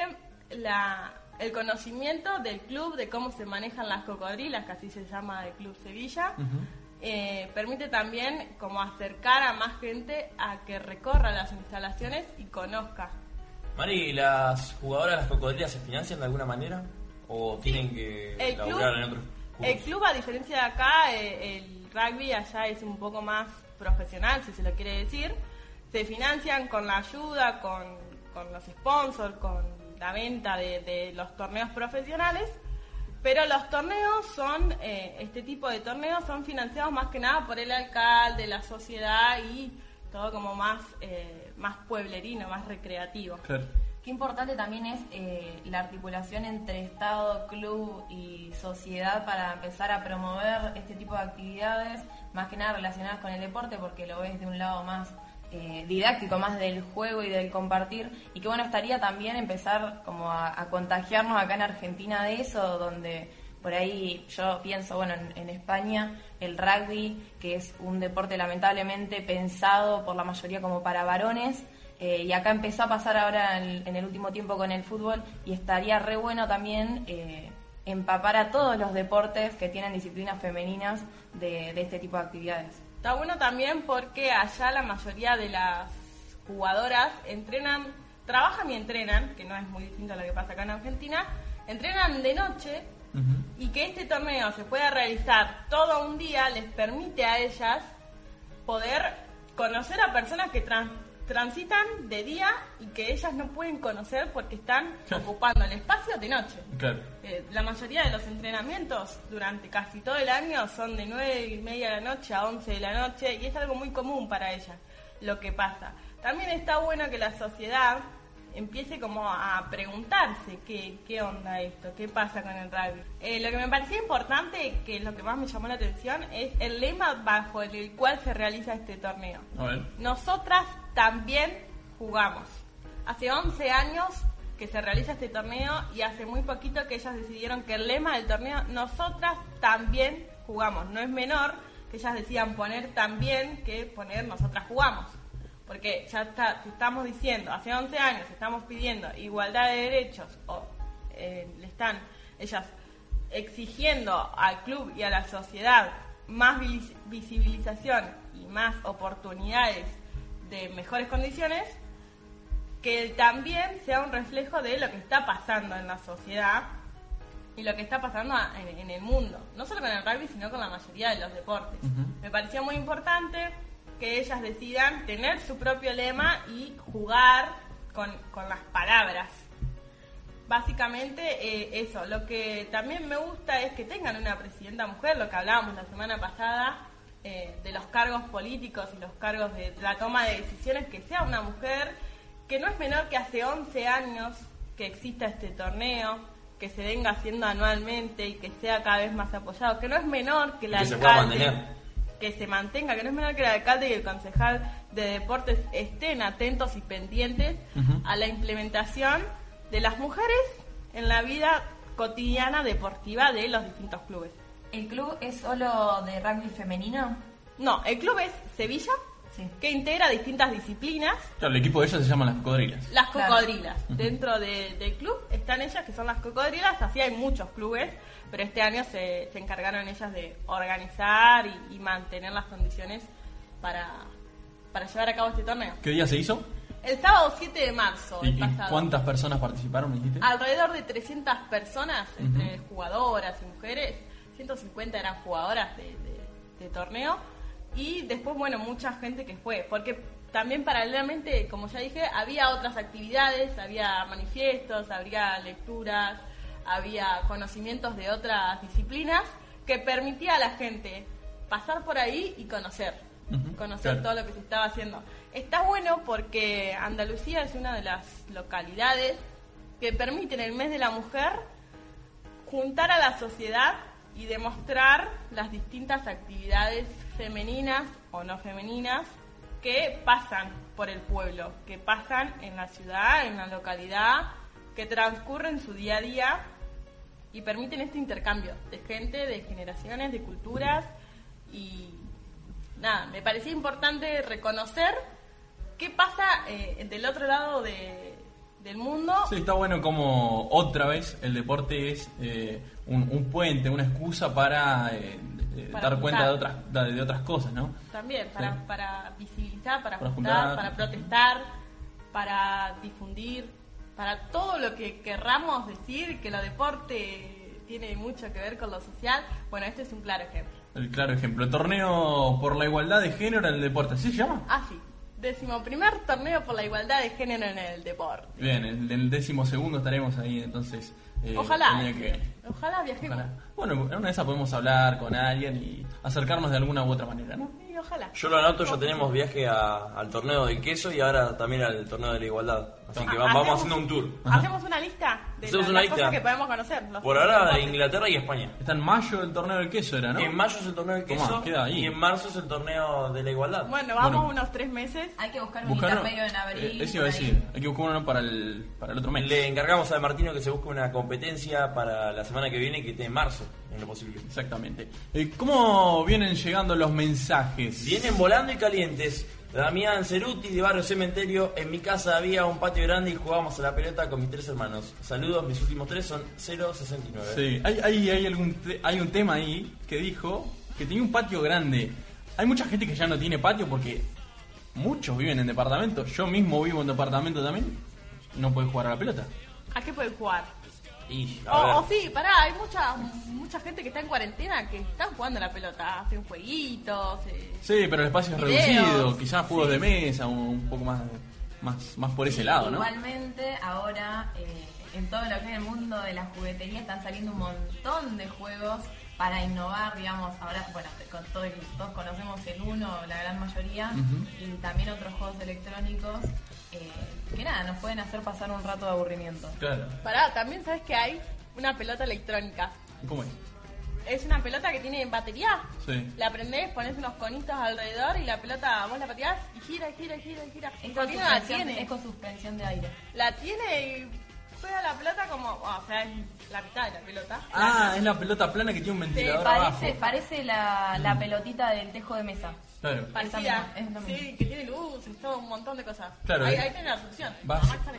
la, el conocimiento del club, de cómo se manejan las cocodrilas, que así se llama el Club Sevilla. Ujú. Eh, permite también como acercar a más gente a que recorra las instalaciones y conozca. Mari, ¿las jugadoras de las cocodrilas se financian de alguna manera? ¿O tienen que El club, laburar en otros el clubes? club, a diferencia de acá, eh, el rugby allá es un poco más profesional, si se lo quiere decir. Se financian con la ayuda, con, con los sponsors, con la venta de, de los torneos profesionales. Pero los torneos son, eh, este tipo de torneos son financiados más que nada por el alcalde, la sociedad y todo como más, eh, más pueblerino, más recreativo. Claro. Qué importante también es eh, la articulación entre Estado, club y sociedad para empezar a promover este tipo de actividades, más que nada relacionadas con el deporte, porque lo ves de un lado más eh, didáctico, más del juego y del compartir, y que bueno, estaría también empezar como a, a contagiarnos acá en Argentina de eso, donde por ahí yo pienso, bueno, en, en España el rugby, que es un deporte lamentablemente pensado por la mayoría como para varones, Eh, y acá empezó a pasar ahora en, en el último tiempo con el fútbol y estaría re bueno también eh, empapar a todos los deportes que tienen disciplinas femeninas de, de este tipo de actividades. Está bueno también porque allá la mayoría de las jugadoras entrenan, trabajan y entrenan, que no es muy distinto a lo que pasa acá en Argentina, entrenan de noche Ujú. y que este torneo se pueda realizar todo un día les permite a ellas poder conocer a personas que trans transitan de día y que ellas no pueden conocer porque están Claro. ocupando el espacio de noche. Claro. Eh, la mayoría de los entrenamientos durante casi todo el año son de nueve y media de la noche a once de la noche y es algo muy común para ellas lo que pasa. También está bueno que la sociedad empiece como a preguntarse qué, qué onda esto, qué pasa con el rugby. Eh, lo que me parecía importante, que es lo que más me llamó la atención, es el lema bajo el cual se realiza este torneo. A ver. Nosotras también jugamos. Hace once años que se realiza este torneo y hace muy poquito que ellas decidieron que el lema del torneo, nosotras también jugamos. No es menor que ellas decidan poner también que poner nosotras jugamos. Porque ya está, si estamos diciendo, hace once años estamos pidiendo igualdad de derechos, o eh, le están ellas exigiendo al club y a la sociedad más vis- visibilización y más oportunidades de mejores condiciones, que también sea un reflejo de lo que está pasando en la sociedad y lo que está pasando en, en el mundo, no solo con el rugby, sino con la mayoría de los deportes. Uh-huh. Me parecía muy importante que ellas decidan tener su propio lema y jugar con, con las palabras. Básicamente eh, eso. Lo que también me gusta es que tengan una presidenta mujer, lo que hablábamos la semana pasada, eh, de los cargos políticos y los cargos de la toma de decisiones, que sea una mujer, que no es menor que hace once años que exista este torneo, que se venga haciendo anualmente y que sea cada vez más apoyado, que no es menor que el que alcalde, se pueda mantener. que se mantenga, que no es menor que el alcalde y el concejal de deportes estén atentos y pendientes uh-huh. a la implementación de las mujeres en la vida cotidiana deportiva de los distintos clubes. ¿El club es solo de rugby femenino? No, el club es Sevilla, sí. que integra distintas disciplinas. Claro, el equipo de ellas se llama las cocodrilas. Las cocodrilas. Claro. Dentro de, del club están ellas, que son las cocodrilas. Así hay muchos clubes, pero este año se, se encargaron ellas de organizar y, y mantener las condiciones para, para llevar a cabo este torneo. ¿Qué día se hizo? El sábado siete de marzo. ¿Y, ¿Y cuántas personas participaron, me dijiste? Alrededor de trescientas personas, entre uh-huh. jugadoras y mujeres. ciento cincuenta eran jugadoras de, de, de torneo. Y después, bueno, mucha gente que fue. Porque también paralelamente, como ya dije, había otras actividades, había manifiestos, había lecturas, había conocimientos de otras disciplinas que permitía a la gente pasar por ahí y conocer. Uh-huh, conocer claro. todo lo que se estaba haciendo. Está bueno porque Andalucía es una de las localidades que permiten el mes de la mujer juntar a la sociedad y demostrar las distintas actividades femeninas o no femeninas que pasan por el pueblo, que pasan en la ciudad, en la localidad, que transcurren su día a día y permiten este intercambio de gente, de generaciones, de culturas. Y nada, me parecía importante reconocer qué pasa eh, del otro lado de, del mundo. Sí, está bueno como otra vez el deporte es eh, un, un puente, una excusa para, eh, para dar cuenta de otras, de, de otras cosas, ¿no? También, para, sí. para visibilizar, para, para juntar, juntar, para protestar, para difundir, para todo lo que querramos decir, que lo deporte tiene mucho que ver con lo social. Bueno, este es un claro ejemplo. El claro ejemplo. El torneo por la igualdad de género en el deporte, ¿así se llama? Ah, sí. Décimo primer torneo por la igualdad de género en el deporte. Bien, en el décimo segundo estaremos ahí, entonces. Eh, ojalá. Que... Ojalá viajemos. Ojalá. Bueno, en una de esas podemos hablar con alguien y acercarnos de alguna u otra manera, ¿no? Sí, ojalá. Yo lo anoto, ya tenemos viaje a, al torneo del queso y ahora también al torneo de la igualdad. Así ah, que vamos hacemos, haciendo un tour. Hacemos una lista de la, una las lista. cosas que podemos conocer. Por ahora, Inglaterra y España. Está en mayo el torneo del queso, ¿era, no? En mayo es el torneo del queso. Tomá, queda ahí. Y en marzo es el torneo de la igualdad. Bueno, vamos bueno, unos tres meses. Hay que buscar un intermedio en abril. Eh, eso iba a decir. Hay que buscar uno para el, para el otro mes. Le encargamos a Martino que se busque una competencia para la semana que viene, que esté en marzo, en lo posible. Exactamente. Eh, ¿Cómo vienen llegando los mensajes? Vienen volando y calientes. Damián Ceruti, de Barrio Cementerio. En mi casa había un patio grande y jugábamos a la pelota con mis tres hermanos. Saludos, mis últimos tres son cero sesenta y nueve. Sí, hay, hay, hay, algún te- hay un tema ahí que dijo que tenía un patio grande. Hay mucha gente que ya no tiene patio porque muchos viven en departamentos. Yo mismo vivo en departamento también y no puedo jugar a la pelota. ¿A qué pueden jugar? Y, o, o sí, pará, hay mucha mucha gente que está en cuarentena que están jugando a la pelota, hacen jueguitos. Eh, sí, pero el espacio es videos, reducido, quizás juegos sí. de mesa, un, un poco más, más, más por ese sí, lado, ¿no? Igualmente, ahora eh, en todo lo que es el mundo de la juguetería están saliendo un montón de juegos para innovar, digamos. Ahora, bueno, con todo el, todos conocemos el Uno, la gran mayoría, uh-huh. y también otros juegos electrónicos. Eh, que nada, nos pueden hacer pasar un rato de aburrimiento. Claro. Pará, también sabes que hay una pelota electrónica. ¿Cómo es? Es una pelota que tiene batería. Sí. La prendés, pones unos conitos alrededor y la pelota vos la pateás y gira, gira, gira, gira. Es con, la tiene. es con suspensión de aire. La tiene y juega la pelota como, oh, o sea, es la mitad de la pelota. Ah, la... es la pelota plana que tiene un ventilador sí, parece, abajo. Parece la, la pelotita del tejo de mesa. Claro. Parecida, es lo mismo. Sí, que tiene luces, todo un montón de cosas. Claro, ahí, eh. ahí tiene la solución. Va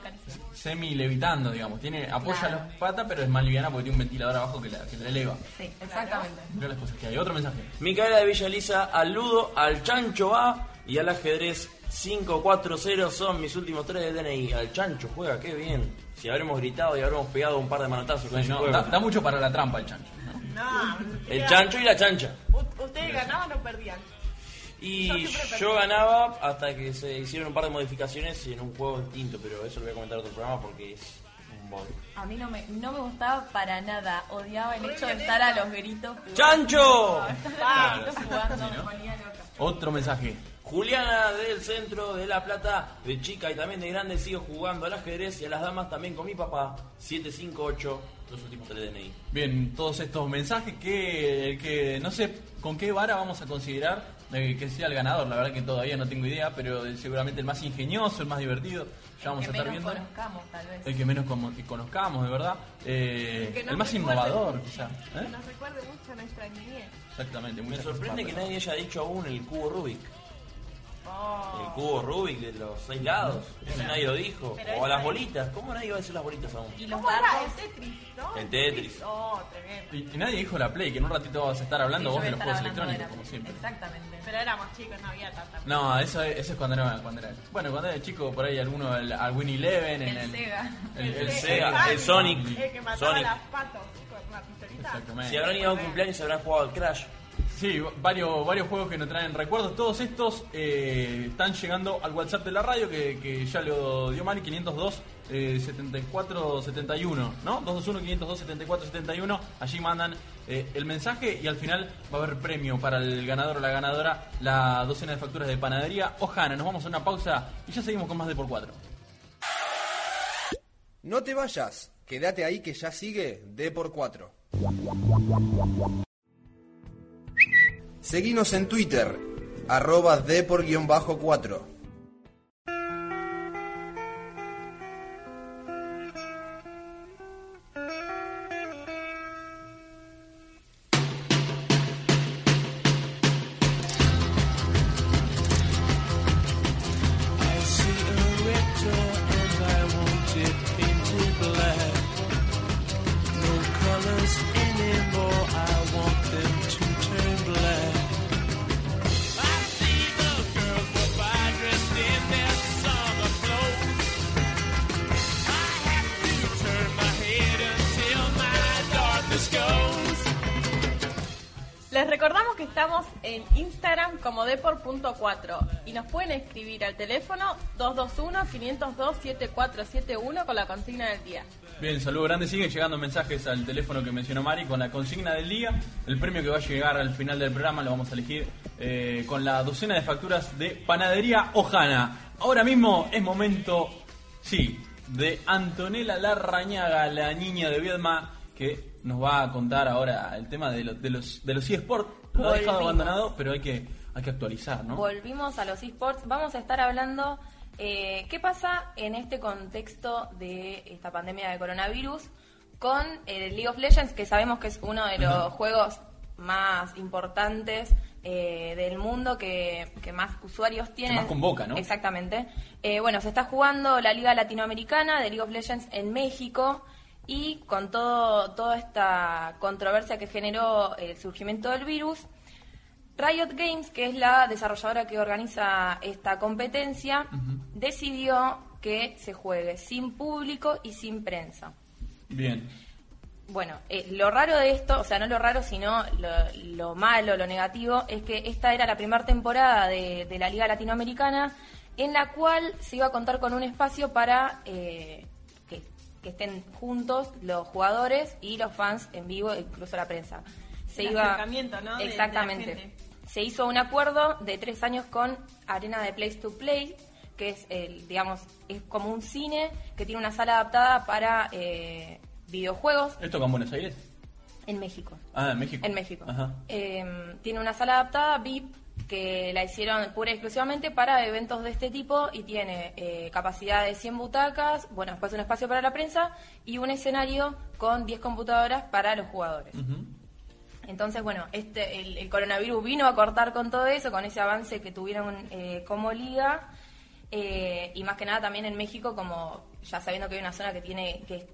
semi levitando, digamos. Tiene apoya claro. las patas, pero es más liviana porque tiene un ventilador abajo que la, que la eleva. Sí, exactamente. Mira las cosas que hay. Otro mensaje. Micaela de Villa Elisa, al ludo, al chancho A y al ajedrez cinco cuatro cero son mis últimos tres de D N I. Al chancho juega, qué bien. Si habremos gritado y habremos pegado un par de manotazos con Sí, ese no, juego. da, da mucho para la trampa el chancho, ¿no? No, El chancho y la chancha. U- ¿Ustedes ganaban o perdían? Y Yo siempre perdí. yo ganaba hasta que se hicieron un par de modificaciones en un juego distinto, pero eso lo voy a comentar en otro programa porque es un bug. A mí no me, no me gustaba para nada. Odiaba el hecho de estar a los gritos jugando. ¡Chancho! Estar a los gritos jugando me ponía loca. Otro mensaje. Juliana del centro de La Plata, de chica y también de grande, sigo jugando al ajedrez y a las damas también con mi papá. siete cinco ocho, los últimos tres D N I. Bien, todos estos mensajes que, que no sé con qué vara vamos a considerar eh, que sea el ganador. La verdad que todavía no tengo idea, pero eh, seguramente el más ingenioso, el más divertido. Ya vamos Que a estar menos viendo. conozcamos, tal vez. El que menos como- que conozcamos, de verdad. Eh, Que nos el más recuerde innovador, mucho, quizá. Que ¿Eh? nos recuerde mucho a nuestra niñez. Exactamente. Me muchas sorprende cosas que pasan. nadie haya dicho aún el cubo Rubik. Oh. El cubo Rubik de los seis lados. Eso nadie lo dijo. Pero O eso las es- bolitas. ¿Cómo nadie va a decir las bolitas aún? Y los ¿Cómo era? dardos. El Tetris, ¿no? El Tetris. Oh, tremendo. Y, y nadie dijo la Play, que en un ratito vas a estar hablando Sí, vos yo de voy los a juegos estar hablando electrónicos, de la- como siempre. Exactamente. Pero éramos chicos, no había tanta. No, eso es, eso es cuando era, cuando era. Bueno, cuando era chico, por ahí alguno, el, al Win Eleven, en El el Sega. El, el El Sega. Sega, el Sonic. El que mataba Sonic. las patos con la pistolita. Exactamente. Si habrán ido a un cumpleaños, habrán jugado al Crash. Sí, varios, varios juegos que nos traen recuerdos. Todos estos eh, están llegando al WhatsApp de la radio, que, que ya lo dio Mari, quinientos dos, eh, setenta y cuatro, setenta y uno, ¿no? dos dos uno, quinientos dos, setenta y cuatro, setenta y uno. Allí mandan eh, el mensaje y al final va a haber premio para el ganador o la ganadora, la docena de facturas de panadería Ojana. Nos vamos a una pausa y ya seguimos con más de por cuatro. No te vayas, quédate ahí que ya sigue D por cuatro. Seguinos en Twitter, arroba D por guión bajo cuatro. I see a red door and I want it painted black. No colors anymore, I want them to turn black. I see the girls go by dressed in their summer clothes. I have to turn my head until my darkness goes. Les recordamos que estamos en Instagram como depor punto cuatro y nos pueden escribir al teléfono dos dos uno, quinientos dos, setenta y cuatro setenta y uno con la consigna del día. Bien, saludo grande. Siguen llegando mensajes al teléfono que mencionó Mari con la consigna del día. El premio que va a llegar al final del programa lo vamos a elegir eh, con la docena de facturas de Panadería Ojana. Ahora mismo es momento, sí, de Antonella Larrañaga, la niña de Viedma, que nos va a contar ahora el tema de, lo- de los de los eSports. Lo ha dejado Volvimos. abandonado, pero hay que, hay que actualizar, ¿no? Volvimos a los esports. Vamos a estar hablando eh, qué pasa en este contexto de esta pandemia de coronavirus con el League of Legends, que sabemos que es uno de los Ajá. juegos más importantes eh, del mundo, que, que más usuarios tienen. más convoca, ¿no? Exactamente. Eh, bueno, se está jugando la Liga Latinoamericana de League of Legends en México. Y con todo toda esta controversia que generó el surgimiento del virus, Riot Games, que es la desarrolladora que organiza esta competencia, decidió que se juegue sin público y sin prensa. Bien. Bueno, eh, lo raro de esto, o sea, no lo raro, sino lo, lo malo, lo negativo, es que esta era la primera temporada de, de la Liga Latinoamericana en la cual se iba a contar con un espacio para eh, que, que estén juntos los jugadores y los fans en vivo, e incluso la prensa. Se El iba acercamiento, ¿no? de- de la Exactamente. gente. Se hizo un acuerdo de tres años con Arena de Place to Play, que es el, digamos, es como un cine que tiene una sala adaptada para eh, videojuegos ¿Esto con Buenos Aires? en México. Ah, en México. En México. Ajá. Eh, tiene una sala adaptada V I P que la hicieron pura y exclusivamente para eventos de este tipo y tiene eh, capacidad de cien butacas, bueno, después un espacio para la prensa y un escenario con diez computadoras para los jugadores. Ujú. Entonces, bueno, este el, el coronavirus vino a cortar con todo eso, con ese avance que tuvieron eh, como liga, eh, y más que nada también en México, como ya sabiendo que hay una zona que tiene que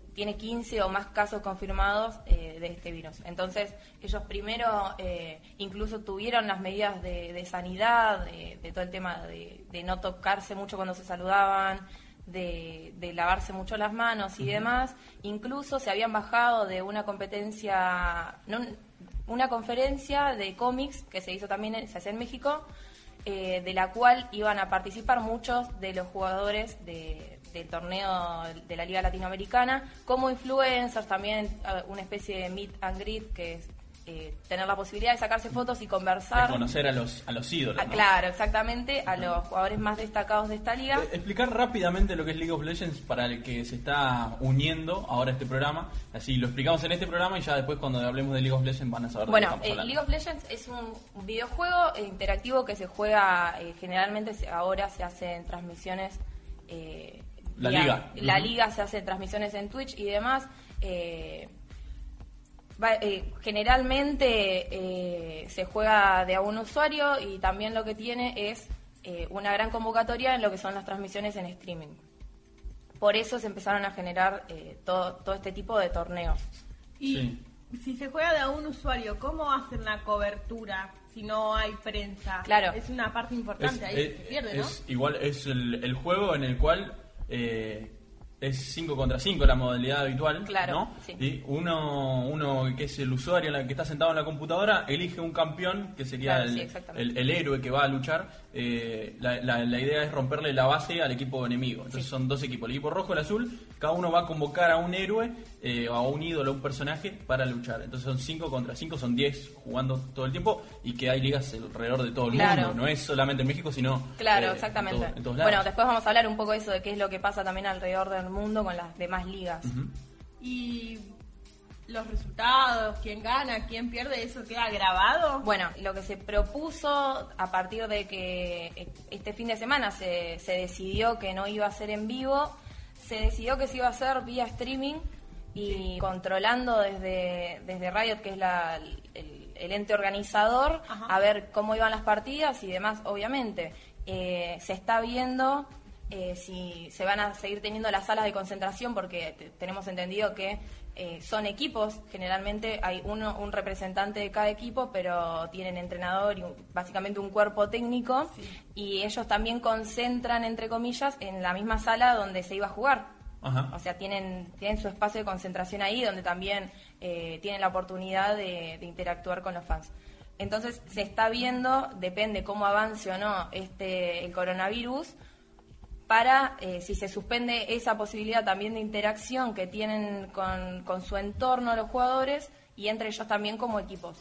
tiene quince o más casos confirmados eh, de este virus. Entonces, ellos primero eh, incluso tuvieron las medidas de, de sanidad, de, de todo el tema de, de no tocarse mucho cuando se saludaban, de, de lavarse mucho las manos y demás. Incluso se habían bajado de una competencia, no, una conferencia de cómics que se hizo también, se hace en México, eh, de la cual iban a participar muchos de los jugadores de del torneo de la Liga Latinoamericana, como influencers, también una especie de meet and greet, que es eh, tener la posibilidad de sacarse fotos y conversar. De conocer a los, a los ídolos, ah, ¿no? Claro, exactamente, a los jugadores más destacados de esta liga. Eh, explicar rápidamente lo que es League of Legends para el que se está uniendo ahora a este programa. Así lo explicamos en este programa y ya después cuando hablemos de League of Legends van a saber bueno, de qué estamos eh, hablando. League of Legends es un videojuego eh, interactivo que se juega, eh, generalmente se, ahora se hacen transmisiones... Eh, La vía, liga. La Uh-huh. liga se hace transmisiones en Twitch y demás. Eh, va, eh, generalmente eh, se juega de a un usuario y también lo que tiene es eh, una gran convocatoria en lo que son las transmisiones en streaming. Por eso se empezaron a generar eh, todo, todo este tipo de torneos. Y Sí. si se juega de a un usuario, ¿cómo hacen la cobertura si no hay prensa? Claro. Es una parte importante ahí que se pierde, ¿no? es igual es el, el juego en el cual eh, es cinco contra cinco la modalidad habitual, Claro, ¿no? sí. Y uno, uno que es el usuario en la que está sentado en la computadora elige un campeón que sería Claro, el, sí, exactamente. el, el héroe que va a luchar. Eh, la, la, la idea es romperle la base al equipo enemigo. Entonces Sí. son dos equipos, el equipo rojo y el azul. Cada uno va a convocar a un héroe eh, o a un ídolo, a un personaje para luchar. Entonces son cinco contra cinco, son diez jugando todo el tiempo y que hay ligas alrededor de todo el Claro. mundo. No es solamente en México, sino Claro, eh, exactamente. en, todo- en todos lados. Bueno, después vamos a hablar un poco de eso, de qué es lo que pasa también alrededor del mundo con las demás ligas. Ujú. Y los resultados, quién gana, quién pierde, ¿eso queda grabado? Bueno, lo que se propuso a partir de que este fin de semana se, se decidió que no iba a ser en vivo, se decidió que se iba a hacer vía streaming y controlando desde, desde Riot, que es la, el, el ente organizador, Ajá. a ver cómo iban las partidas y demás, obviamente. Eh, se está viendo eh, si se van a seguir teniendo las salas de concentración, porque te- tenemos entendido que eh, son equipos, generalmente hay uno un representante de cada equipo, pero tienen entrenador y un- básicamente un cuerpo técnico, y ellos también concentran, entre comillas, en la misma sala donde se iba a jugar. Ajá. O sea, tienen, tienen su espacio de concentración ahí, donde también eh, tienen la oportunidad de, de interactuar con los fans. Entonces, se está viendo, depende cómo avance o no este el coronavirus, para eh, si se suspende esa posibilidad también de interacción que tienen con, con su entorno los jugadores y entre ellos también como equipos.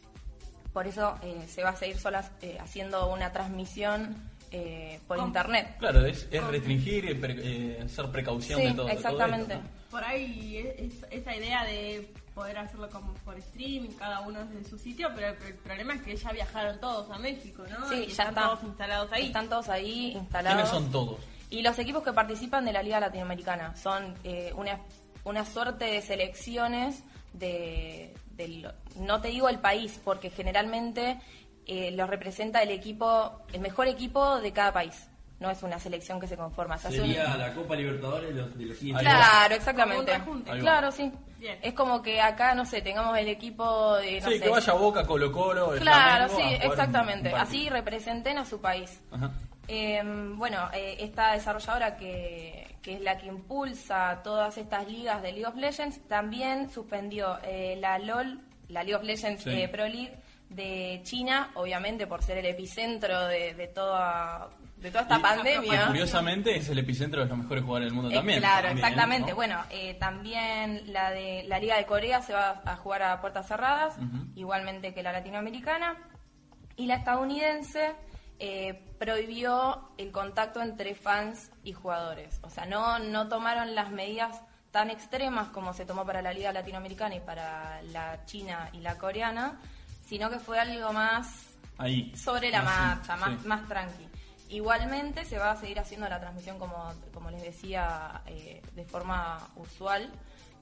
Por eso eh, se va a seguir solas eh, haciendo una transmisión eh, por ¿Cómo? internet. Claro, es, es restringir, eh, pre- eh, hacer precaución Sí, de todo. de todo exactamente. esto, ¿no? Por ahí es- esa idea de poder hacerlo como por streaming, cada uno desde su sitio, pero el, el problema es que ya viajaron todos a México, ¿no? Sí, Y ya están está. todos instalados ahí. Están todos ahí instalados. ¿Quiénes son todos? Y los equipos que participan de la Liga Latinoamericana son eh, una, una suerte de selecciones de, del, no te digo el país, porque generalmente eh, los representa el equipo, el mejor equipo de cada país. No es una selección que se conforma. Se hace un- Sería la Copa Libertadores de los, de los quince. Ahí va. Claro, exactamente. Como un rejunte. Ahí va. Claro, sí. Bien. Es como que acá, no sé, tengamos el equipo de, no Sí, sé, que vaya Boca, Colo Colo, el Claro, Flamengo sí, a jugar un- exactamente. un Así partido. representen a su país. Ajá. Eh, bueno, eh, esta desarrolladora que, que es la que impulsa todas estas ligas de League of Legends también suspendió eh, la LOL, la League of Legends Sí. eh, Pro League de China, obviamente por ser el epicentro de, de toda de toda esta Y- pandemia. Y curiosamente es el epicentro de los mejores jugadores del mundo Eh, también. claro, También, exactamente. ¿no? Bueno, eh, también la de la Liga de Corea se va a jugar a puertas cerradas, Ujú. igualmente que la latinoamericana. Y la estadounidense eh, prohibió el contacto entre fans y jugadores. O sea, no, no tomaron las medidas tan extremas como se tomó para la Liga Latinoamericana y para la China y la coreana, sino que fue algo más Ahí. sobre la Así, marcha, más, sí. más tranqui. Igualmente se va a seguir haciendo la transmisión, como, como les decía, eh, de forma usual.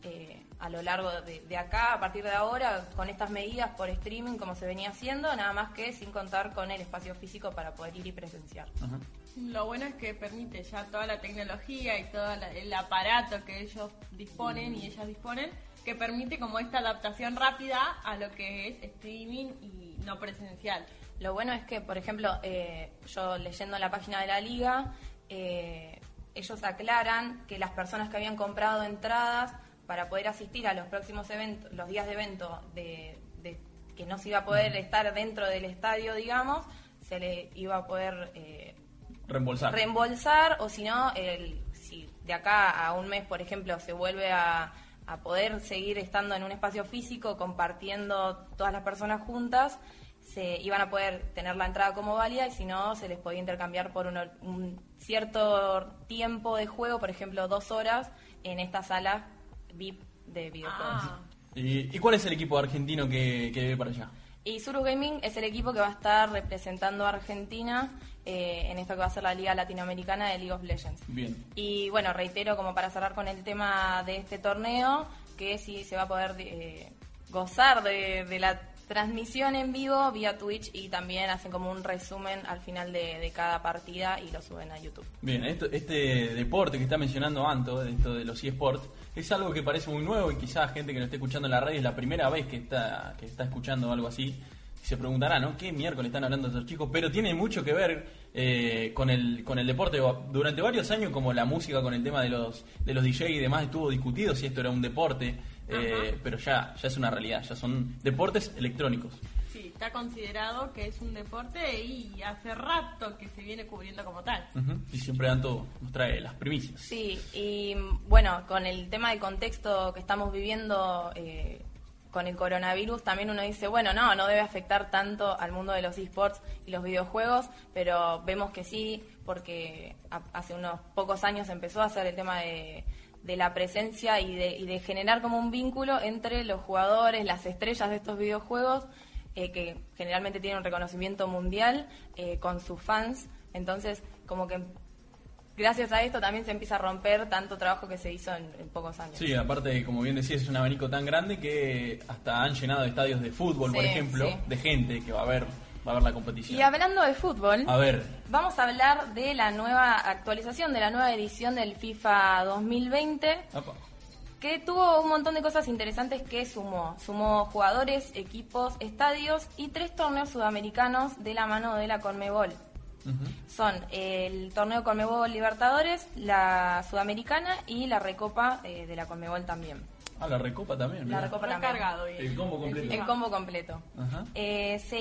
eh, a lo largo de, de acá, a partir de ahora, con estas medidas por streaming como se venía haciendo, nada más que sin contar con el espacio físico para poder ir y presenciar. Ajá. Lo bueno es que permite ya toda la tecnología y todo la- el aparato que ellos disponen y ellas disponen, que permite como esta adaptación rápida a lo que es streaming y no presencial. Lo bueno es que, por ejemplo, eh, yo leyendo la página de la liga, eh, ellos aclaran que las personas que habían comprado entradas para poder asistir a los próximos eventos, los días de evento de, de que no se iba a poder estar dentro del estadio, digamos, se le iba a poder eh, Reembolsar. reembolsar, o si no, el, si de acá a un mes, por ejemplo, se vuelve a, a poder seguir estando en un espacio físico, compartiendo todas las personas juntas, se iban a poder tener la entrada como válida, y si no, se les podía intercambiar por un, un cierto tiempo de juego, por ejemplo, dos horas, en esta sala V I P de videojuegos. Ah, ¿Y, y cuál es el equipo argentino que, que ve para allá? Y Surus Gaming es el equipo que va a estar representando a Argentina eh, en esto que va a ser la Liga Latinoamericana de League of Legends. Bien. Y bueno, reitero, como para cerrar con el tema de este torneo, que sí se va a poder eh, gozar de, de la transmisión en vivo vía Twitch, y también hacen como un resumen al final de, de cada partida y lo suben a YouTube. Bien, esto, este deporte que está mencionando Anto, esto de los eSports, es algo que parece muy nuevo y quizás gente que no esté escuchando en la radio es la primera vez que está, que está escuchando algo así. Y se preguntará, ¿no? ¿Qué miércoles están hablando estos chicos? Pero tiene mucho que ver eh, con el con el deporte. Durante varios años, como la música con el tema de los de los D J y demás, estuvo discutido si esto era un deporte, eh, pero ya, ya es una realidad, ya son deportes electrónicos. sí, está considerado que es un deporte y hace rato que se viene cubriendo como tal. Ujú. Y siempre Anto nos trae las primicias. Sí, y bueno, con el tema del contexto que estamos viviendo eh, con el coronavirus, también uno dice, bueno, no, no debe afectar tanto al mundo de los eSports y los videojuegos, pero vemos que sí, porque a- hace unos pocos años empezó a hacer el tema de, de la presencia y de, y de generar como un vínculo entre los jugadores, las estrellas de estos videojuegos, eh, que generalmente tienen un reconocimiento mundial, eh, con sus fans. Entonces, como que gracias a esto también se empieza a romper tanto trabajo que se hizo en, en pocos años. Sí, aparte, como bien decías, es un abanico tan grande que hasta han llenado estadios de fútbol, por Sí, ejemplo, sí. de gente que va a ver va a ver la competición. Y hablando de fútbol, A ver, vamos a hablar de la nueva actualización, de la nueva edición del FIFA dos mil veinte, apa, que tuvo un montón de cosas interesantes que sumó. Sumó jugadores, equipos, estadios y tres torneos sudamericanos de la mano de la Conmebol. ujú. Son el torneo Conmebol Libertadores, la Sudamericana y la Recopa eh, de la Conmebol también. Ah, la recopa también. La mirá. Recopa también. Recargado bien. El combo completo. El combo completo. Ajá. Eh, se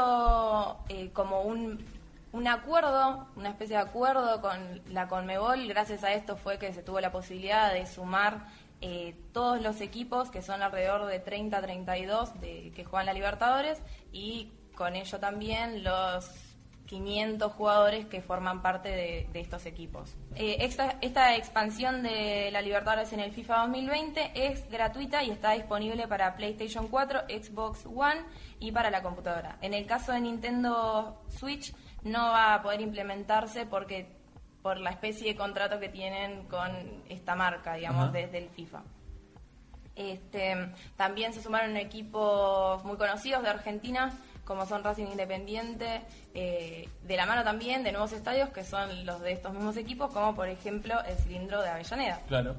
hizo eh, como un, un acuerdo, una especie de acuerdo con la Conmebol. Gracias a esto fue que se tuvo la posibilidad de sumar eh, todos los equipos, que son alrededor de treinta a treinta y dos de, que juegan la Libertadores, y con ello también los quinientos jugadores que forman parte de, de estos equipos. Eh, esta, esta expansión de la Libertadores en el FIFA dos mil veinte es gratuita y está disponible para PlayStation cuatro, Xbox One y para la computadora. En el caso de Nintendo Switch no va a poder implementarse porque por la especie de contrato que tienen con esta marca, digamos, Ajá. desde el FIFA. Este, también se sumaron equipos muy conocidos de Argentina, como son Racing Independiente, eh, de la mano también de nuevos estadios que son los de estos mismos equipos, como por ejemplo el Cilindro de Avellaneda. Claro.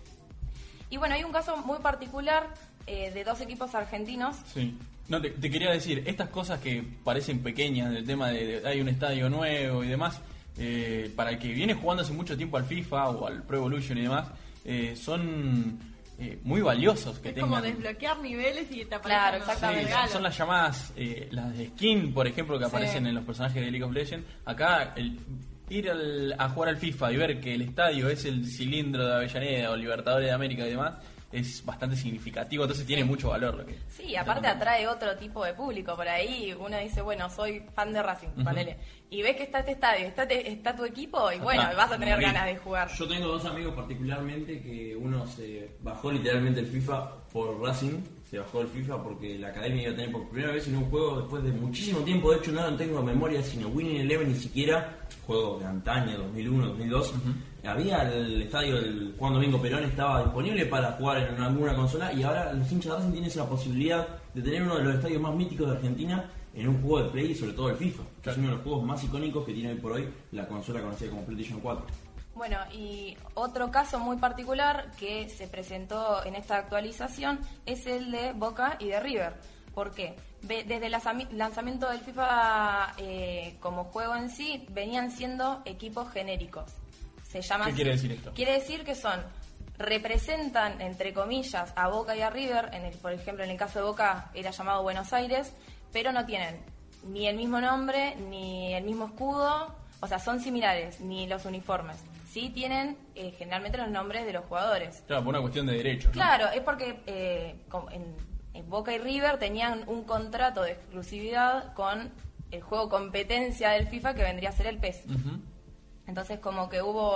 Y bueno, hay un caso muy particular eh, de dos equipos argentinos. Sí. No, te, te quería decir, estas cosas que parecen pequeñas, del tema de, de hay un estadio nuevo y demás, eh, para el que viene jugando hace mucho tiempo al FIFA o al Pro Evolution y demás, eh, son eh, muy valiosos que Es tengan. como desbloquear niveles y te aparecen Claro, los exactamente. Sí, regalos. son las llamadas, eh, las de skin, por ejemplo, que Sí. aparecen en los personajes de League of Legends. Acá, el, ir al- a jugar al FIFA y ver que el estadio es el Cilindro de Avellaneda o Libertadores de América y demás, es bastante significativo, entonces tiene mucho valor. Lo que Sí, aparte atrae otro tipo de público. Por ahí uno dice, bueno, soy fan de Racing, Ujú. ponele. Y ves que está este estadio, está, te- está tu equipo, y bueno, está, vas a tener Morir. ganas de jugar. Yo tengo dos amigos particularmente que uno se bajó literalmente el FIFA por Racing, se bajó el FIFA porque la academia iba a tener por primera vez en un juego después de muchísimo tiempo, de hecho no lo tengo en memoria, sino Winning Eleven ni siquiera, juego de antaño, dos mil uno, dos mil dos, había el estadio del Juan Domingo Perón, estaba disponible para jugar en alguna consola, y ahora los hinchas de Racing tienen esa posibilidad de tener uno de los estadios más míticos de Argentina en un juego de Play, y sobre todo el FIFA, que claro. es uno de los juegos más icónicos que tiene hoy por hoy la consola conocida como PlayStation cuatro. Bueno, y otro caso muy particular que se presentó en esta actualización es el de Boca y de River. ¿Por qué? Desde el lanzamiento del FIFA eh, como juego en sí, venían siendo equipos genéricos. Se llama ¿Qué así. quiere decir esto? Quiere decir que son, representan, entre comillas, a Boca y a River. En el, por ejemplo, en el caso de Boca era llamado Buenos Aires, pero no tienen ni el mismo nombre, ni el mismo escudo, o sea, son similares, ni los uniformes. Sí tienen eh, generalmente los nombres de los jugadores. Claro, por una cuestión de derechos, ¿no? Claro, es porque eh, en, en Boca y River tenían un contrato de exclusividad con el juego competencia del FIFA, que vendría a ser el P E S. Uh-huh. Entonces como que hubo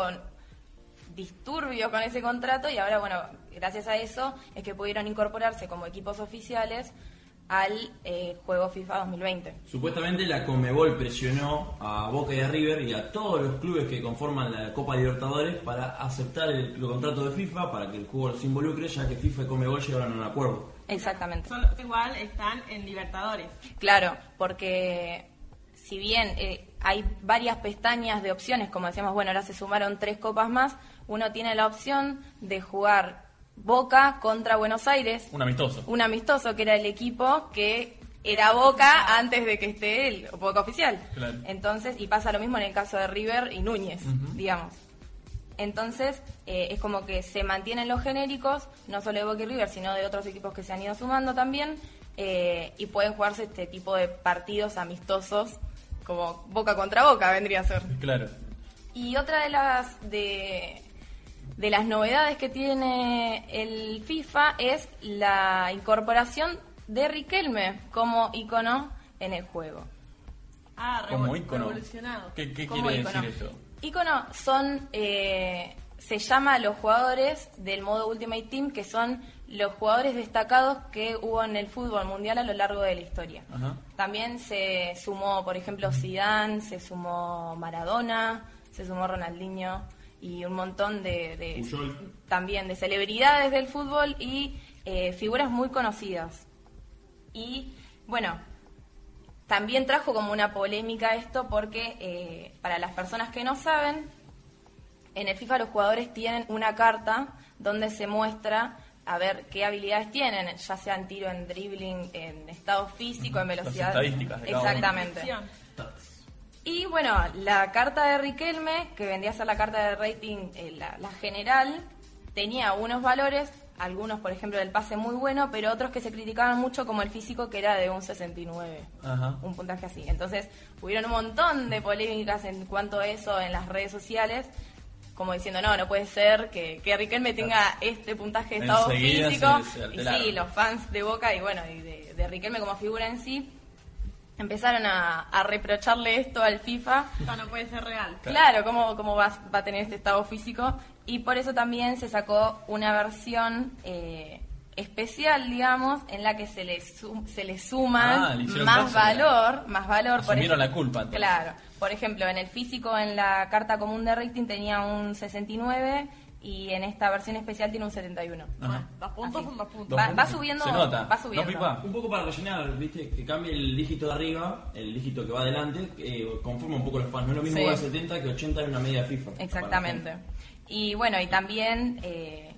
disturbios con ese contrato, y ahora, bueno, gracias a eso es que pudieron incorporarse como equipos oficiales al eh, juego FIFA dos mil veinte. Supuestamente la Conmebol presionó a Boca y a River y a todos los clubes que conforman la Copa Libertadores para aceptar el, el contrato de FIFA, para que el juego los involucre, ya que FIFA y Conmebol llegaron a un acuerdo. Exactamente. Son, igual están en Libertadores. Claro, porque si bien eh, hay varias pestañas de opciones, como decíamos, bueno, ahora se sumaron tres copas más, uno tiene la opción de jugar Boca contra Buenos Aires. Un amistoso. Un amistoso, que era el equipo que era Boca antes de que esté el Boca oficial. Claro. Entonces, y pasa lo mismo en el caso de River y Núñez, uh-huh. digamos. Entonces, eh, es como que se mantienen los genéricos, no solo de Boca y River, sino de otros equipos que se han ido sumando también, eh, y pueden jugarse este tipo de partidos amistosos, como Boca contra Boca vendría a ser. Claro. Y otra de las de, de las novedades que tiene el FIFA es la incorporación de Riquelme como icono en el juego. Ah, como icono. Revolucionado. ¿Qué, qué Como quiere icono. decir esto? Icono son, eh, se llama a los jugadores del modo Ultimate Team, que son los jugadores destacados que hubo en el fútbol mundial a lo largo de la historia. Ajá. También se sumó, por ejemplo, Zidane, se sumó Maradona, se sumó Ronaldinho y un montón de, de también de celebridades del fútbol y eh, figuras muy conocidas. Y bueno, también trajo como una polémica esto porque eh, para las personas que no saben, en el FIFA los jugadores tienen una carta donde se muestra a ver qué habilidades tienen, ya sea en tiro, en dribbling, en estado físico, en velocidad. Las estadísticas de cada Exactamente. Uno. Y bueno, la carta de Riquelme, que vendría a ser la carta de rating, eh, la, la general, tenía unos valores, algunos por ejemplo del pase muy bueno, pero otros que se criticaban mucho, como el físico, que era de un sesenta y nueve, Ajá. un puntaje así. Entonces hubieron un montón de polémicas en cuanto a eso en las redes sociales, como diciendo, no, no puede ser que, que Riquelme tenga este puntaje de estado Enseguida físico. se- se y alteraron. sí, los fans de Boca y bueno, y de, de Riquelme como figura en sí, empezaron a, a reprocharle esto al FIFA. Esto no puede ser real. Claro, ¿cómo, cómo va, va a tener este estado físico? Y por eso también se sacó una versión eh, especial, digamos, en la que se le, su- se le suman Ah, le hicieron más caso, valor, más valor. Asumieron ej- la culpa, entonces. Claro. Por ejemplo, en el físico, en la carta común de rating tenía un sesenta y nueve y en esta versión especial tiene un setenta y uno. Ajá. Dos puntos Así. son dos puntos. Dos Va, puntos. va subiendo, Se nota. va subiendo. ¿No, Pipa? Un poco para rellenar, viste, que cambie el dígito de arriba, el dígito que va adelante, eh, conforma un poco los fans. No es lo mismo Sí. jugar setenta que ochenta en una media FIFA. Exactamente. Y bueno, y también eh,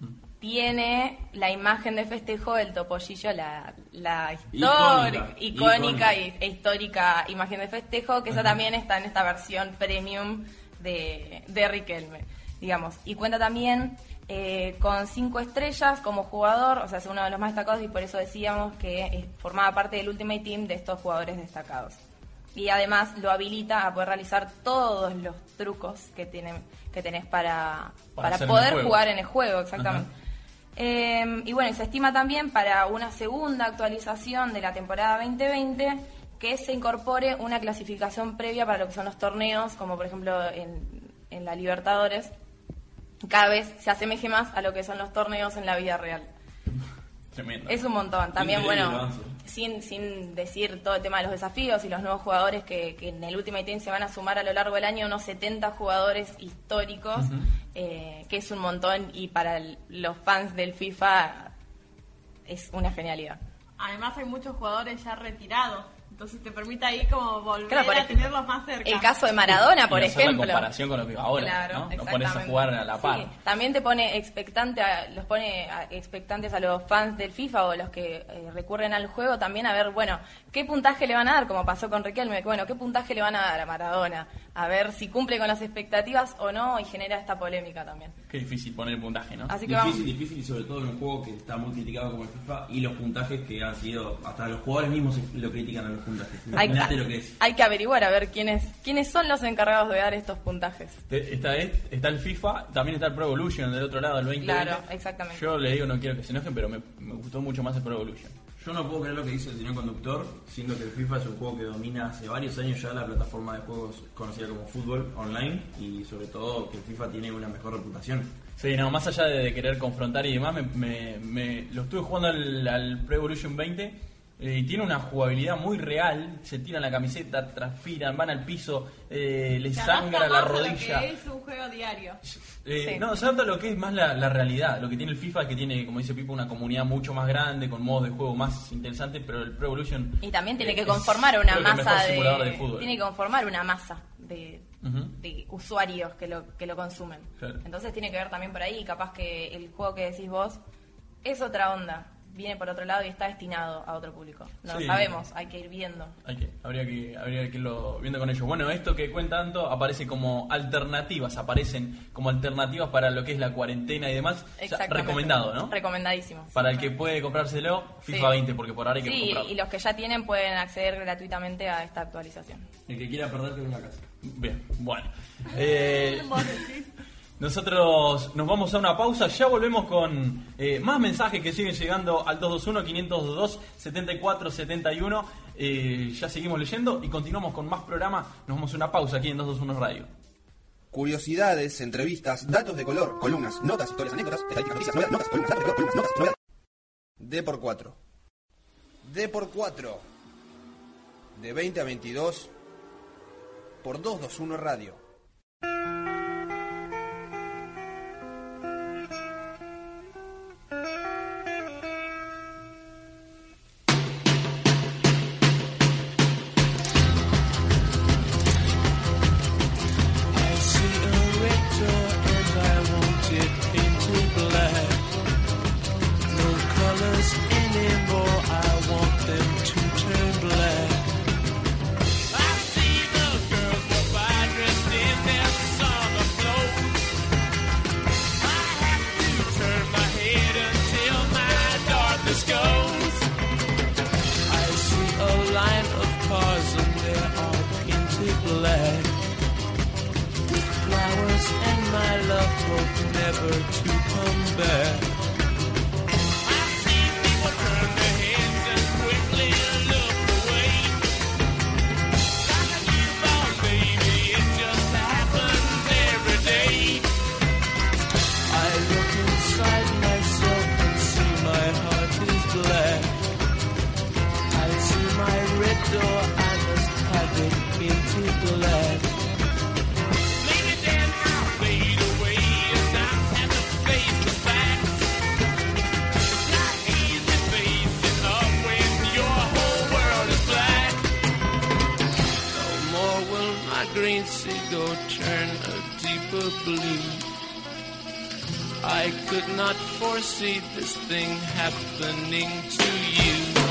tiene la imagen de festejo del Topollillo, la, la histórica, Icónica, icónica icónica. e histórica imagen de festejo, que esa también está en esta versión premium de, de Riquelme, digamos. Y cuenta también eh, con cinco estrellas como jugador, o sea, es uno de los más destacados y por eso decíamos que eh, formaba parte del Ultimate Team de estos jugadores destacados. Y además lo habilita a poder realizar todos los trucos que tienen que tenés para, Para para hacer en el poder juego. jugar en el juego, exactamente. Ajá. Eh, y bueno, y se estima también para una segunda actualización de la temporada veinte veinte que se incorpore una clasificación previa para lo que son los torneos, como por ejemplo en, en la Libertadores, cada vez se asemeje más a lo que son los torneos en la vida real. Tremendo. Es un montón. También, Increíble el bueno, avance. sin sin decir todo el tema de los desafíos y los nuevos jugadores que, que en el Ultimate Team se van a sumar a lo largo del año, unos setenta jugadores históricos, uh-huh. eh, que es un montón, y para el, los fans del FIFA es una genialidad. Además hay muchos jugadores ya retirados, entonces te permite ahí como volver claro, a ejemplo, tenerlos más cerca. El caso de Maradona, por y hacer ejemplo. la comparación con lo que va ahora, claro, ¿no? Lo pones a jugar a la par. Sí, también te pone expectante, a, los pone a, expectantes a los fans del FIFA o los que eh, recurren al juego también a ver, bueno, qué puntaje le van a dar, como pasó con Riquelme, bueno, qué puntaje le van a dar a Maradona, a ver si cumple con las expectativas o no, y genera esta polémica también. Qué difícil poner el puntaje, ¿no? Así que difícil, vamos. difícil, y sobre todo en un juego que está muy criticado como el FIFA, y los puntajes que han sido, hasta los jugadores mismos lo critican a los puntajes. Hay, Imagínate lo que es. hay que averiguar a ver quiénes quiénes son los encargados de dar estos puntajes. Está, está el FIFA, también está el Pro Evolution del otro lado, el veinte veinte. Claro, exactamente. Yo le digo, no quiero que se enojen, pero me, me gustó mucho más el Pro Evolution. Yo no puedo creer lo que dice el señor conductor, siendo que el FIFA es un juego que domina hace varios años ya la plataforma de juegos conocida como fútbol online, y sobre todo que el FIFA tiene una mejor reputación. Sí, no, más allá de, de querer confrontar y demás, me, me, me lo estuve jugando al, al Pro Evolution veinte eh, y tiene una jugabilidad muy real. Se tiran la camiseta, transpiran, van al piso, eh, les Se sangra adapta la más a lo rodilla. que es un juego diario. Eh, Sí. No, se adapta a lo que es más la, la realidad. Lo que tiene el FIFA es que tiene, como dice Pipo, una comunidad mucho más grande, con modos de juego más interesantes, pero el Pro Evolution... Y también tiene eh, que es, conformar una creo que el masa mejor simulador de, de fútbol. tiene que conformar una masa de, Ujú. de usuarios que lo que lo consumen. Claro. Entonces tiene que ver también por ahí, capaz que el juego que decís vos es otra onda, viene por otro lado y está destinado a otro público. No lo Sí. sabemos, hay que ir viendo. Hay que, habría que habría que irlo viendo con ellos. Bueno, esto que cuenta Anto aparece como alternativas, aparecen como alternativas para lo que es la cuarentena y demás. O sea, Exactamente. recomendado, ¿no? Recomendadísimo. Para el que puede comprárselo, FIFA Sí. veinte, porque por ahora hay que Sí, comprarlo. y los que ya tienen pueden acceder gratuitamente a esta actualización. El que quiera perder que venga a casa. Bien, bueno. Eh, Vos decís. nosotros nos vamos a una pausa, ya volvemos con eh, más mensajes que siguen llegando al dos dos uno, quinientos dos, setenta y cuatro setenta y uno. Eh, ya seguimos leyendo y continuamos con más programa. Nos vamos a una pausa aquí en dos dos uno Radio. Curiosidades, entrevistas, datos de color, columnas, notas, historias, anécdotas, estadísticas, noticias, novedades, notas, columnas, datos de color, columnas, notas, novedades. D por cuatro. D por cuatro. De veinte a veintidós por dos dos uno Radio. I see a rector and I want it painted black. No colors anymore, I want them to turn black. I see the girls go by dressed in their summer clothes. I have to turn my head until my darkness goes. I see a line of cars and they're all painted black. Flowers and my love hope never to come back. I see people turn their heads and quickly look away. Like a newborn baby, it just happens every day. I look inside myself and see my heart is black. I see my red door, I must have it painted black. Maybe then I'll fade away and not have to face the facts. It's not easy facing up when your whole world is black. No more will my green seagull turn a deeper blue. I could not foresee this thing happening to you.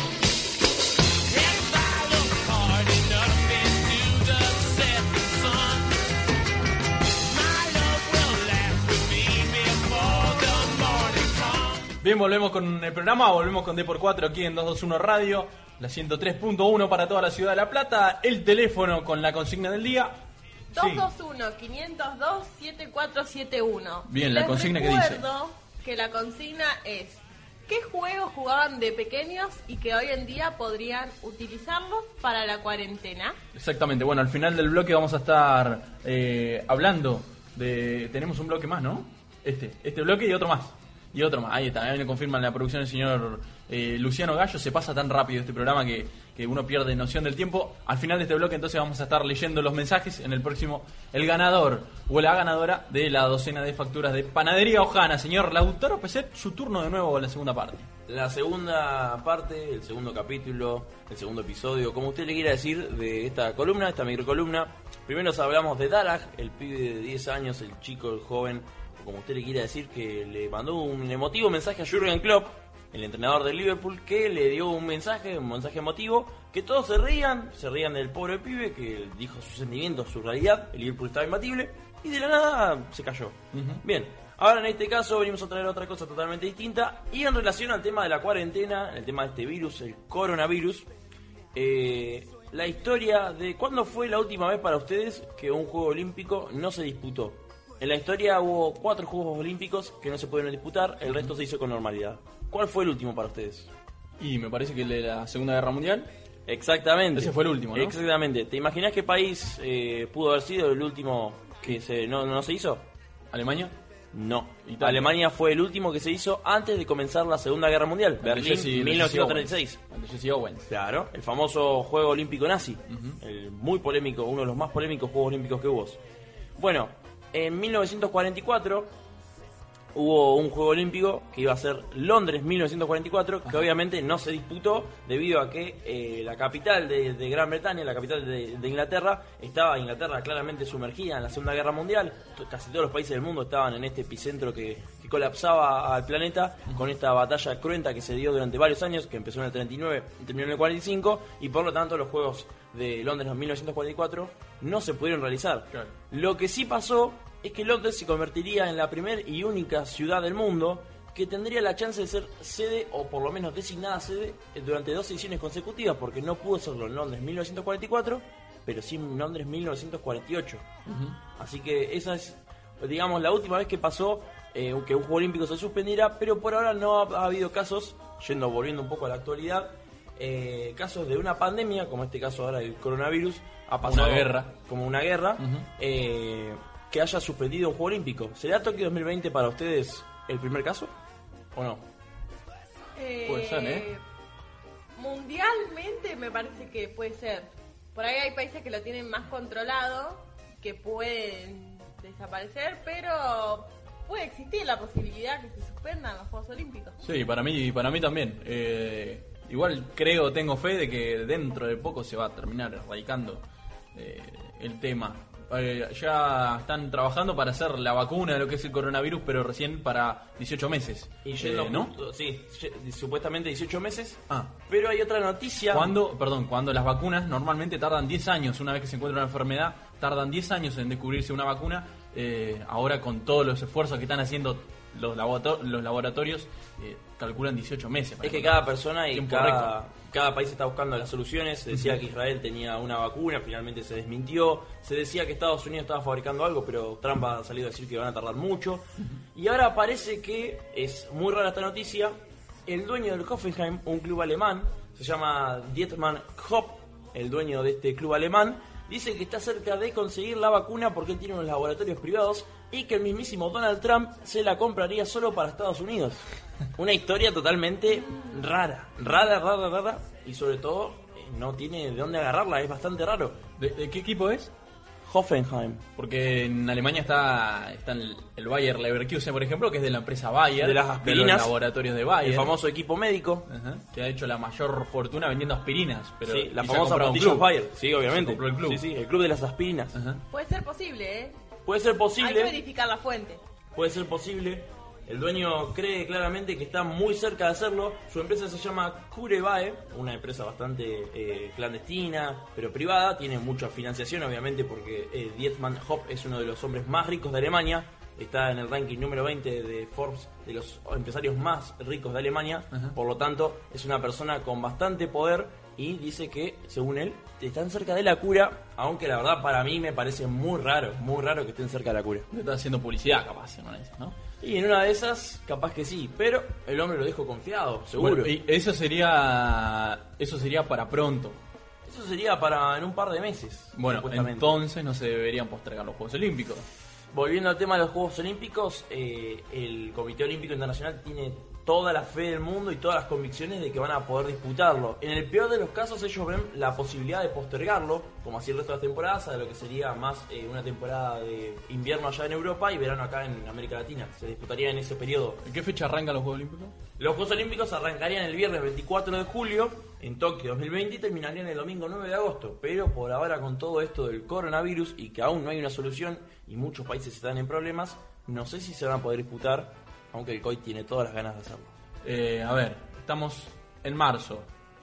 If I look hard enough into the setting sun, my love will laugh with me before the morning comes. Bien, volvemos con el programa, volvemos con D por cuatro aquí en dos dos uno Radio, la ciento tres punto uno para toda la ciudad de La Plata, el teléfono con la consigna del día. Sí. dos dos uno, quinientos dos, setenta y cuatro setenta y uno. Bien, la Les consigna que dice. recuerdo que la consigna es: ¿qué juegos jugaban de pequeños y que hoy en día podrían utilizarlos para la cuarentena? Exactamente, bueno, al final del bloque vamos a estar eh, hablando de... Tenemos un bloque más, ¿no? Este, este bloque y otro más. Y otro más, ahí está, ahí me confirman la producción el señor Eh, Luciano Gallo, se pasa tan rápido este programa que, que uno pierde noción del tiempo. Al final de este bloque entonces vamos a estar leyendo los mensajes. En el próximo, el ganador o la ganadora de la docena de facturas de Panadería Ojana. Señor Lautaro Peset, su turno de nuevo en la segunda parte. La segunda parte, el segundo capítulo, el segundo episodio, como usted le quiera decir, de esta columna, esta microcolumna. Primero nos hablamos de Daraj, el pibe de diez años, el chico, el joven, o como usted le quiera decir, que le mandó un emotivo mensaje a Jürgen Klopp, el entrenador del Liverpool, que le dio un mensaje, un mensaje emotivo, que todos se reían, se reían del pobre pibe, que dijo sus sentimientos, su realidad, el Liverpool estaba imbatible, y de la nada se cayó. Uh-huh. Bien, ahora en este caso venimos a traer otra cosa totalmente distinta, y en relación al tema de la cuarentena, el tema de este virus, el coronavirus, eh, la historia de cuándo fue la última vez para ustedes que un juego olímpico no se disputó. En la historia hubo cuatro Juegos Olímpicos que no se pudieron disputar, el resto se hizo con normalidad. ¿Cuál fue el último para ustedes? Y me parece que el de la Segunda Guerra Mundial. Exactamente. Ese fue el último, ¿no? Exactamente. ¿Te imaginas qué país eh, pudo haber sido el último que se no, no se hizo? ¿Alemania? No. Italia. Alemania fue el último que se hizo antes de comenzar la Segunda Guerra Mundial. Berlín, mil novecientos treinta y seis. Ante Jesse Owens. Claro, el famoso Juego Olímpico Nazi. Uh-huh. El muy polémico, uno de los más polémicos Juegos Olímpicos que hubo. Bueno, en mil novecientos cuarenta y cuatro hubo un Juego Olímpico que iba a ser Londres mil novecientos cuarenta y cuatro, que Ajá. obviamente no se disputó debido a que eh, la capital de, de Gran Bretaña, la capital de, de Inglaterra, estaba Inglaterra claramente sumergida en la Segunda Guerra Mundial. Casi todos los países del mundo estaban en este epicentro que, que colapsaba al planeta con esta batalla cruenta que se dio durante varios años, que empezó en el treinta y nueve y terminó en el cuarenta y cinco, y por lo tanto los Juegos de Londres mil novecientos cuarenta y cuatro no se pudieron realizar. Claro. Lo que sí pasó es que Londres se convertiría en la primera y única ciudad del mundo que tendría la chance de ser sede, o por lo menos designada sede, durante dos ediciones consecutivas, porque no pudo serlo en Londres mil novecientos cuarenta y cuatro, pero sí en Londres mil novecientos cuarenta y ocho. Uh-huh. Así que esa es, digamos, la última vez que pasó eh, que un Juego Olímpico se suspendiera, pero por ahora no ha, ha habido casos, yendo volviendo un poco a la actualidad, eh, casos de una pandemia, como este caso ahora del coronavirus, ha pasado una guerra. como una guerra, uh-huh. eh, que haya suspendido un Juego Olímpico. ¿Será Tokio dos mil veinte para ustedes el primer caso? ¿O no? Eh, puede ser, ¿eh? Mundialmente me parece que puede ser. Por ahí hay países que lo tienen más controlado, que pueden desaparecer, pero puede existir la posibilidad que se suspendan los Juegos Olímpicos. Sí, para mí, para mí también. Eh, igual creo, tengo fe de que dentro de poco se va a terminar erradicando eh, el tema. Eh, ya están trabajando para hacer la vacuna de lo que es el coronavirus, pero recién para dieciocho meses. Y yendo eh, ¿no? Punto, sí, supuestamente dieciocho meses. Ah. Pero hay otra noticia. Cuando, perdón, cuando las vacunas normalmente tardan diez años, una vez que se encuentra una enfermedad, tardan diez años en descubrirse una vacuna. Eh, ahora con todos los esfuerzos que están haciendo los, laborator- los laboratorios, eh, calculan dieciocho meses. Es que cada persona y cada, cada país está buscando las soluciones. Se decía uh-huh. que Israel tenía una vacuna, finalmente se desmintió. Se decía que Estados Unidos estaba fabricando algo, pero Trump ha salido a decir que van a tardar mucho. Uh-huh. Y ahora parece que, es muy rara esta noticia, el dueño del Hoffenheim, un club alemán, se llama Dietmar Hopp, el dueño de este club alemán, dice que está cerca de conseguir la vacuna porque él tiene unos laboratorios privados y que el mismísimo Donald Trump se la compraría solo para Estados Unidos. Una historia totalmente rara, rara, rara, rara, y sobre todo no tiene de dónde agarrarla, es bastante raro. ¿De, de qué equipo es? Hoffenheim. Porque en Alemania está, está el, el Bayer Leverkusen, por ejemplo, que es de la empresa Bayer, de las aspirinas, de los laboratorios de Bayer, el famoso equipo médico, uh-huh, que ha hecho la mayor fortuna vendiendo aspirinas. Pero sí, la famosa pastillas Bayer. Sí, obviamente. El club. Sí, sí, el club de las aspirinas. Uh-huh. Puede ser posible, ¿eh? Puede ser posible. Hay que verificar la fuente. Puede ser posible. El dueño cree claramente que está muy cerca de hacerlo. Su empresa se llama CureVae, una empresa bastante eh, clandestina, pero privada. Tiene mucha financiación, obviamente, porque eh, Dietmar Hopp es uno de los hombres más ricos de Alemania. Está en el ranking número veinte de Forbes, de los empresarios más ricos de Alemania. Uh-huh. Por lo tanto, es una persona con bastante poder y dice que, según él, están cerca de la cura, aunque la verdad para mí me parece muy raro, muy raro que estén cerca de la cura. Está haciendo publicidad, capaz, ¿no? Y en una de esas, capaz que sí, pero el hombre lo dejó confiado, seguro. Bueno, y eso sería eso sería para pronto. Eso sería para en un par de meses. Bueno, entonces no se deberían postergar los Juegos Olímpicos. Volviendo al tema de los Juegos Olímpicos, eh, el Comité Olímpico Internacional tiene toda la fe del mundo y todas las convicciones de que van a poder disputarlo. En el peor de los casos ellos ven la posibilidad de postergarlo, como así el resto de las temporadas, de lo que sería más eh, una temporada de invierno allá en Europa y verano acá en América Latina. Se disputaría en ese periodo. ¿En qué fecha arrancan los Juegos Olímpicos? Los Juegos Olímpicos arrancarían el viernes veinticuatro de julio en Tokio dos mil veinte y terminarían el domingo nueve de agosto. Pero por ahora, con todo esto del coronavirus y que aún no hay una solución y muchos países están en problemas, no sé si se van a poder disputar, aunque el C O I tiene todas las ganas de hacerlo. Eh, a ver, estamos en marzo.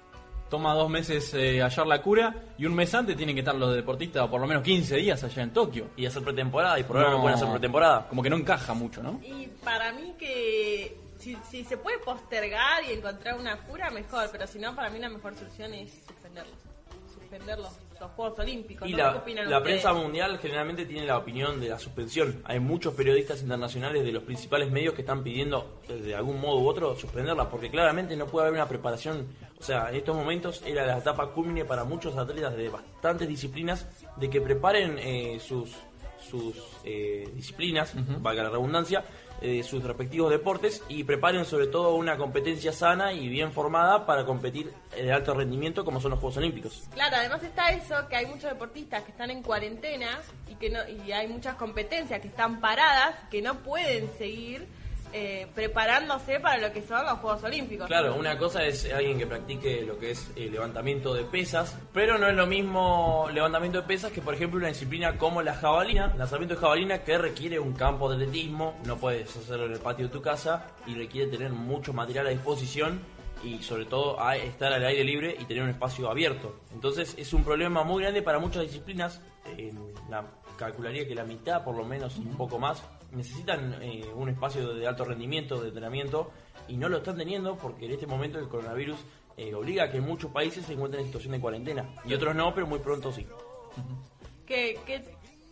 Toma dos meses eh, hallar la cura y un mes antes tienen que estar los deportistas, o por lo menos quince días allá en Tokio. Y hacer pretemporada, y por ahora no pueden hacer pretemporada. Como que no encaja mucho, ¿no? Y para mí que si, si se puede postergar y encontrar una cura, mejor. Pero si no, para mí la mejor solución es suspenderlos. Suspender los, los Juegos Olímpicos. Y ¿No? la, ¿Qué opinan la ustedes? prensa mundial generalmente tiene la opinión de la suspensión. Hay muchos periodistas internacionales de los principales medios que están pidiendo, de algún modo u otro, suspenderla, porque claramente no puede haber una preparación. O sea, en estos momentos era la etapa cúmine para muchos atletas de bastantes disciplinas de que preparen eh, sus, sus eh, disciplinas, uh-huh. valga la redundancia, eh, sus respectivos deportes y preparen sobre todo una competencia sana y bien formada para competir de alto rendimiento como son los Juegos Olímpicos. Claro, además está eso, que hay muchos deportistas que están en cuarentena y que no y hay muchas competencias que están paradas, que no pueden seguir eh, preparándose para lo que son los Juegos Olímpicos. Claro, una cosa es alguien que practique lo que es el levantamiento de pesas, pero no es lo mismo levantamiento de pesas que, por ejemplo, una disciplina como la jabalina, lanzamiento de jabalina, que requiere un campo de atletismo, no puedes hacerlo en el patio de tu casa y requiere tener mucho material a disposición y sobre todo a estar al aire libre y tener un espacio abierto. Entonces es un problema muy grande para muchas disciplinas. Eh, la, calcularía que la mitad, por lo menos, un poco más, necesitan eh, un espacio de alto rendimiento, de entrenamiento, y no lo están teniendo porque en este momento el coronavirus eh, obliga a que muchos países se encuentren en situación de cuarentena y otros no, pero muy pronto sí. ¿Qué, qué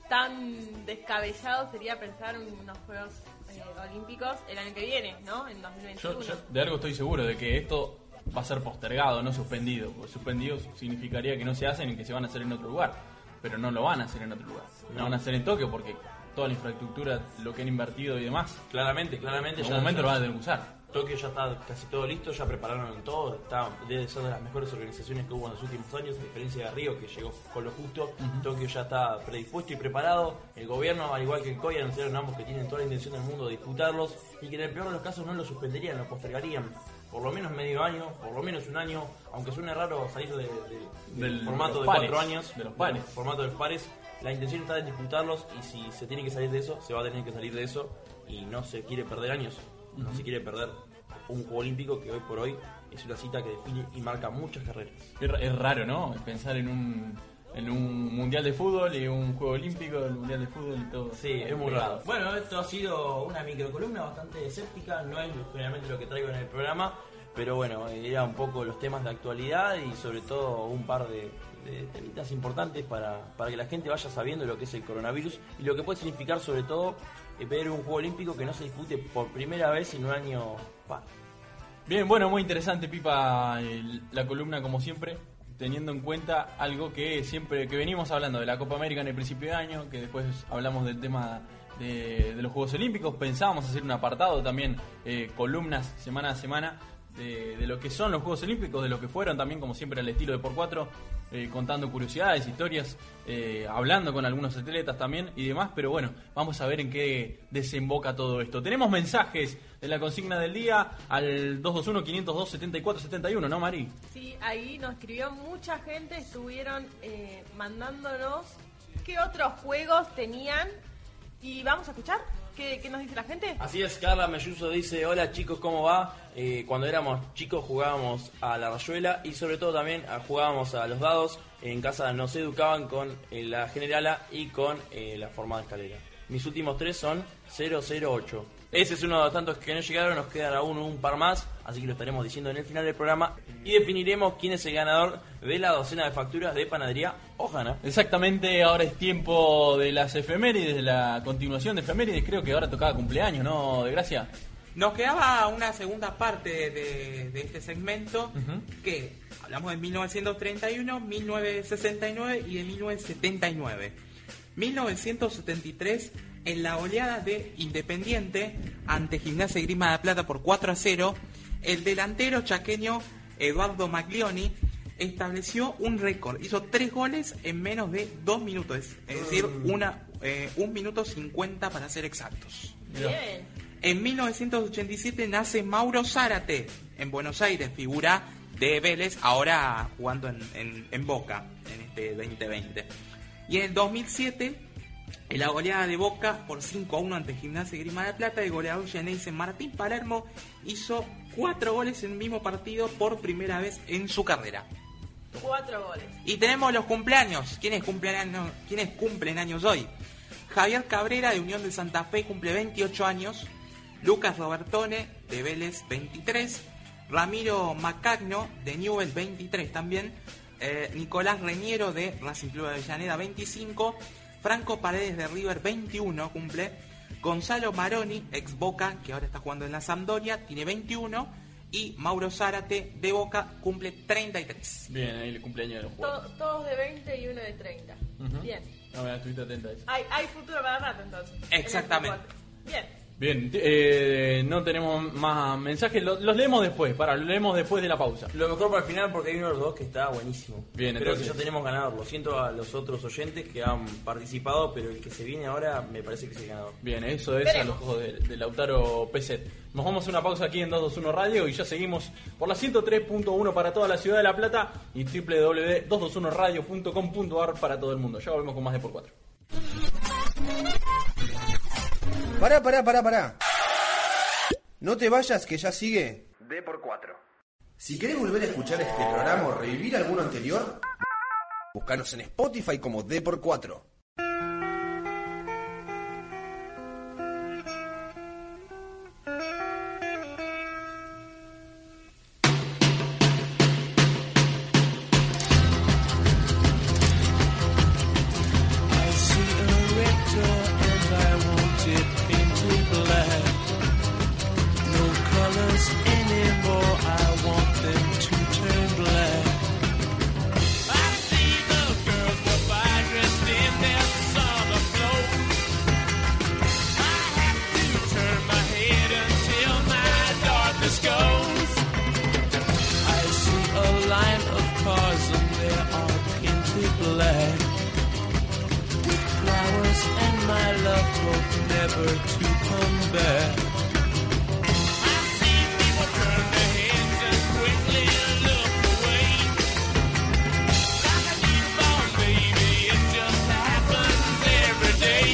tan descabellado sería pensar en unos Juegos eh, Olímpicos el año que viene, ¿no? En dos mil veintiuno. Yo, yo de algo estoy seguro, de que esto va a ser postergado, no suspendido. Porque suspendido significaría que no se hacen y que se van a hacer en otro lugar. Pero no lo van a hacer en otro lugar. Lo No. van a hacer en Tokio porque toda la infraestructura, lo que han invertido y demás, Claramente, claramente. en ya- algún momento ya- lo van a tener que usar. Tokio ya está casi todo listo, ya prepararon todo, está, debe ser de las mejores organizaciones que hubo en los últimos años, a diferencia de Río, que llegó con lo justo. Uh-huh. Tokio ya está predispuesto y preparado. El gobierno, al igual que el C O I, anunciaron ambos que tienen toda la intención del mundo de disputarlos y que en el peor de los casos no lo suspenderían, lo postergarían por lo menos medio año, por lo menos un año, aunque suene raro salir de, de- del Del- formato los de pares, cuatro años, de los pares. del formato de los pares. La intención está en disputarlos y si se tiene que salir de eso, se va a tener que salir de eso y no se quiere perder años, no Uh-huh. se quiere perder un juego olímpico que hoy por hoy es una cita que define y marca muchas carreras. Es, ra- es raro, ¿no? Pensar en un, en un mundial de fútbol y un juego olímpico, el mundial de fútbol y todo. Sí, es muy raro. Bueno, esto ha sido una microcolumna bastante escéptica, no es generalmente lo que traigo en el programa, pero bueno, era un poco los temas de actualidad y sobre todo un par de, de temitas importantes para, para que la gente vaya sabiendo lo que es el coronavirus y lo que puede significar sobre todo eh, ver un juego olímpico que no se dispute por primera vez en un año par. Bien, bueno, muy interesante, Pipa, el- la columna como siempre, teniendo en cuenta algo que siempre que venimos hablando de la Copa América en el principio de año, que después hablamos del tema de, de los Juegos Olímpicos, pensábamos hacer un apartado también, eh, columnas semana a semana, de, de lo que son los Juegos Olímpicos, de lo que fueron también, como siempre, al estilo de por cuatro, eh, contando curiosidades, historias, eh, hablando con algunos atletas también y demás, pero bueno, vamos a ver en qué desemboca todo esto. Tenemos mensajes de la consigna del día al dos dos uno, quinientos dos, setenta y cuatro setenta y uno, ¿no, Mari? Sí, ahí nos escribió mucha gente, estuvieron eh, mandándonos qué otros juegos tenían y vamos a escuchar qué, qué nos dice la gente. Así es, Carla Melluso dice, hola chicos, ¿cómo va? Eh, cuando éramos chicos jugábamos a la rayuela y sobre todo también a- jugábamos a los dados. En casa nos educaban con eh, la generala y con eh, la forma de escalera. Mis últimos tres son cero cero ocho. Ese es uno de los tantos que no llegaron, nos quedan aún un par más, así que lo estaremos diciendo en el final del programa y definiremos quién es el ganador de la docena de facturas de Panadería Ojana. Exactamente, ahora es tiempo de las efemérides, de la continuación de efemérides, creo que ahora tocaba cumpleaños, ¿no, de Gracia? Nos quedaba una segunda parte de, de este segmento, Ujú. que hablamos de mil novecientos treinta y uno, mil novecientos sesenta y nueve y de mil novecientos setenta y nueve. mil novecientos setenta y tres En la goleada de Independiente ante Gimnasia y Grima de la Plata por cuatro a cero, el delantero chaqueño Eduardo Maglioni estableció un récord. Hizo tres goles en menos de dos minutos, es, es decir, una, eh, un minuto cincuenta para ser exactos. Bien. En mil novecientos ochenta y siete nace Mauro Zárate en Buenos Aires, figura de Vélez, ahora jugando en, en, en Boca en este veinte veinte. Y en el dos mil siete, en la goleada de Boca por cinco a uno ante Gimnasia y Grima de la Plata, el goleador llanense Martín Palermo hizo cuatro goles en el mismo partido por primera vez en su carrera. Cuatro goles. Y tenemos los cumpleaños. ¿Quiénes cumplen años, ¿quiénes cumplen años hoy? Javier Cabrera de Unión de Santa Fe cumple veintiocho años. Lucas Robertone de Vélez veintitrés. Ramiro Macagno de Newell's veintitrés también. Eh, Nicolás Reñero de Racing Club de Avellaneda veinticinco. Franco Paredes de River veintiuno cumple. Gonzalo Maroni, ex Boca, que ahora está jugando en la Sampdoria, tiene veintiuno. Y Mauro Zárate de Boca cumple treinta y tres. Bien, ahí el cumpleaños de los To- jugadores. todos de veinte y uno de treinta. Ujú. Bien. No, mira, estuviste atenta a eso. Hay, hay futuro para rato entonces. Exactamente. En el Bien. Bien, eh, no tenemos más mensajes, los, los leemos después, para, los leemos después de la pausa. Lo mejor para el final porque hay uno de los dos que está buenísimo. Bien, Creo entonces- que ya tenemos ganador. Lo siento a los otros oyentes que han participado, pero el que se viene ahora me parece que es el ganador. Bien, eso es Veremos. a los ojos de, de Lautaro P Z. Nos vamos a una pausa aquí en doscientos veintiuno Radio y ya seguimos por la ciento tres punto uno para toda la ciudad de La Plata y doble u doble u doble u punto doscientos veintiuno radio punto com punto a r para todo el mundo. Ya volvemos con más de por cuatro. Pará, pará, pará, pará. No te vayas, que ya sigue D por cuatro. Si querés volver a escuchar este programa o revivir alguno anterior, búscanos en Spotify como D por cuatro. I see a rector and I want it painted black. No colors anymore, I want them to turn black. I see the girls go by dressed in their summer clothes. I have to turn my head until my darkness goes. I see a line of cars and they are painted black. Flowers and my love hope never to come back. I see people turn their heads and quickly look away. Like a newborn baby, it just happens every day.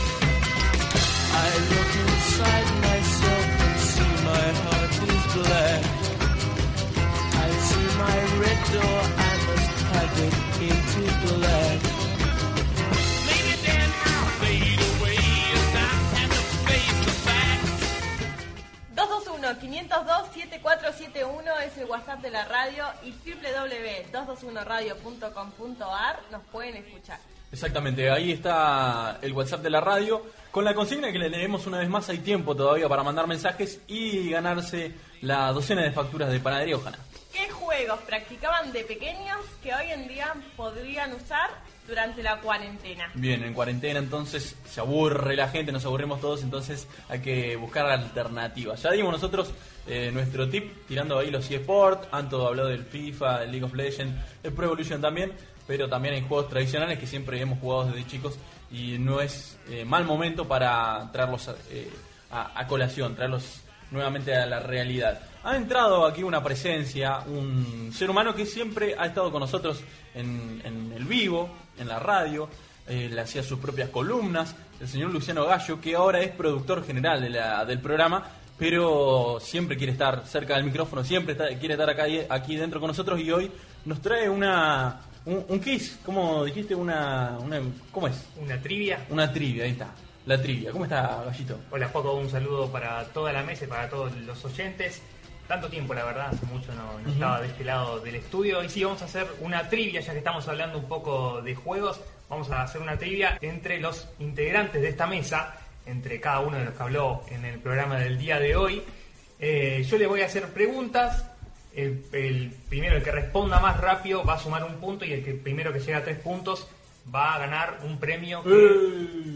I look inside myself and see my heart is black. I see my red door, I must have it painted black. Maybe then I'll fade away as I have to face the facts. dos dos uno, cinco cero dos, siete cuatro siete uno es el WhatsApp de la radio y doble u doble u doble u punto doscientos veintiuno radio punto com punto a r nos pueden escuchar. Exactamente, ahí está el WhatsApp de la radio. Con la consigna que le leemos una vez más, hay tiempo todavía para mandar mensajes y ganarse la docena de facturas de Panadería Ojana. ¿Qué juegos practicaban de pequeños que hoy en día podrían usar durante la cuarentena? Bien, en cuarentena entonces se aburre la gente, nos aburrimos todos, entonces hay que buscar alternativas. Ya dimos nosotros eh, nuestro tip tirando ahí los eSports, Anto habló del FIFA, del League of Legends, el Pro Evolution también, pero también hay juegos tradicionales que siempre hemos jugado desde chicos y no es eh, mal momento para traerlos eh, a, a colación, traerlos nuevamente a la realidad. Ha entrado aquí una presencia, un ser humano que siempre ha estado con nosotros en, en el vivo, en la radio, eh, le hacía sus propias columnas, el señor Luciano Gallo, que ahora es productor general de la, del programa, pero siempre quiere estar cerca del micrófono, siempre está, quiere estar acá, aquí dentro con nosotros y hoy nos trae una un, un quiz, ¿cómo dijiste? Una, una ¿cómo es? Una trivia. Una trivia, ahí está, la trivia. ¿Cómo está, Gallito? Hola, Joco, un saludo para toda la mesa y para todos los oyentes. Tanto tiempo, la verdad, hace mucho no, no estaba de este lado del estudio. Y sí, vamos a hacer una trivia, ya que estamos hablando un poco de juegos. Vamos a hacer una trivia entre los integrantes de esta mesa, entre cada uno de los que habló en el programa del día de hoy. Eh, yo le voy a hacer preguntas. El, el primero, el que responda más rápido, va a sumar un punto. Y el que primero que llega a tres puntos va a ganar un premio que...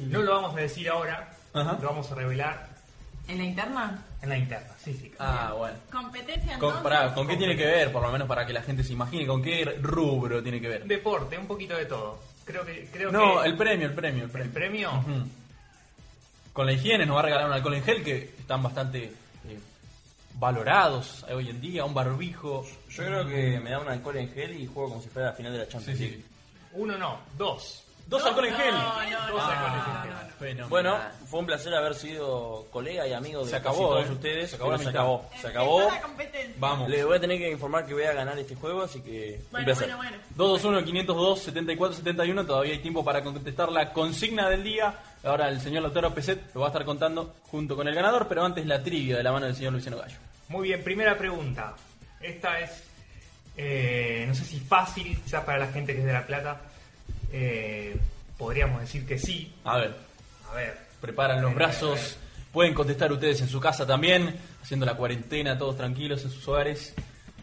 No lo vamos a decir ahora, Ajá. lo vamos a revelar ¿En la interna? en la interna. Sí, sí. Ah, bueno. Competencia Con, entonces. pará, ¿con qué tiene que ver? Por lo menos para que la gente se imagine. ¿Con qué rubro tiene que ver? Deporte, un poquito de todo. Creo que creo No, que el premio, el premio, el el premio. premio Ujú. Con la higiene nos va a regalar un alcohol en gel que están bastante eh, valorados hoy en día, un barbijo. Yo creo que me da un alcohol en gel y juego como si fuera la final de la Champions Sí, sí. League. uno no, dos. Dos alcohol en gel. No, no, Dos no, alcoholes no, en no, gel. no. Fenomenal. Bueno, fue un placer haber sido colega y amigo de Se acabó, casi todos eh. ustedes. Se acabó pero la se mitad. acabó. Se Empezó acabó. la competencia. Vamos. Les voy a tener que informar que voy a ganar este juego, así que un Bueno, placer. bueno, bueno. dos dos uno, quinientos dos, setenta y cuatro setenta y uno. Todavía hay tiempo para contestar la consigna del día. Ahora el señor Lautaro Peset lo va a estar contando junto con el ganador, pero antes la trivia de la mano del señor Luciano Gallo. Muy bien, primera pregunta. Esta es, eh, no sé si fácil, quizás para la gente que es de La Plata. Eh, podríamos decir que sí. A ver, A ver. preparan los brazos. Pueden contestar ustedes en su casa también, haciendo la cuarentena, todos tranquilos en sus hogares.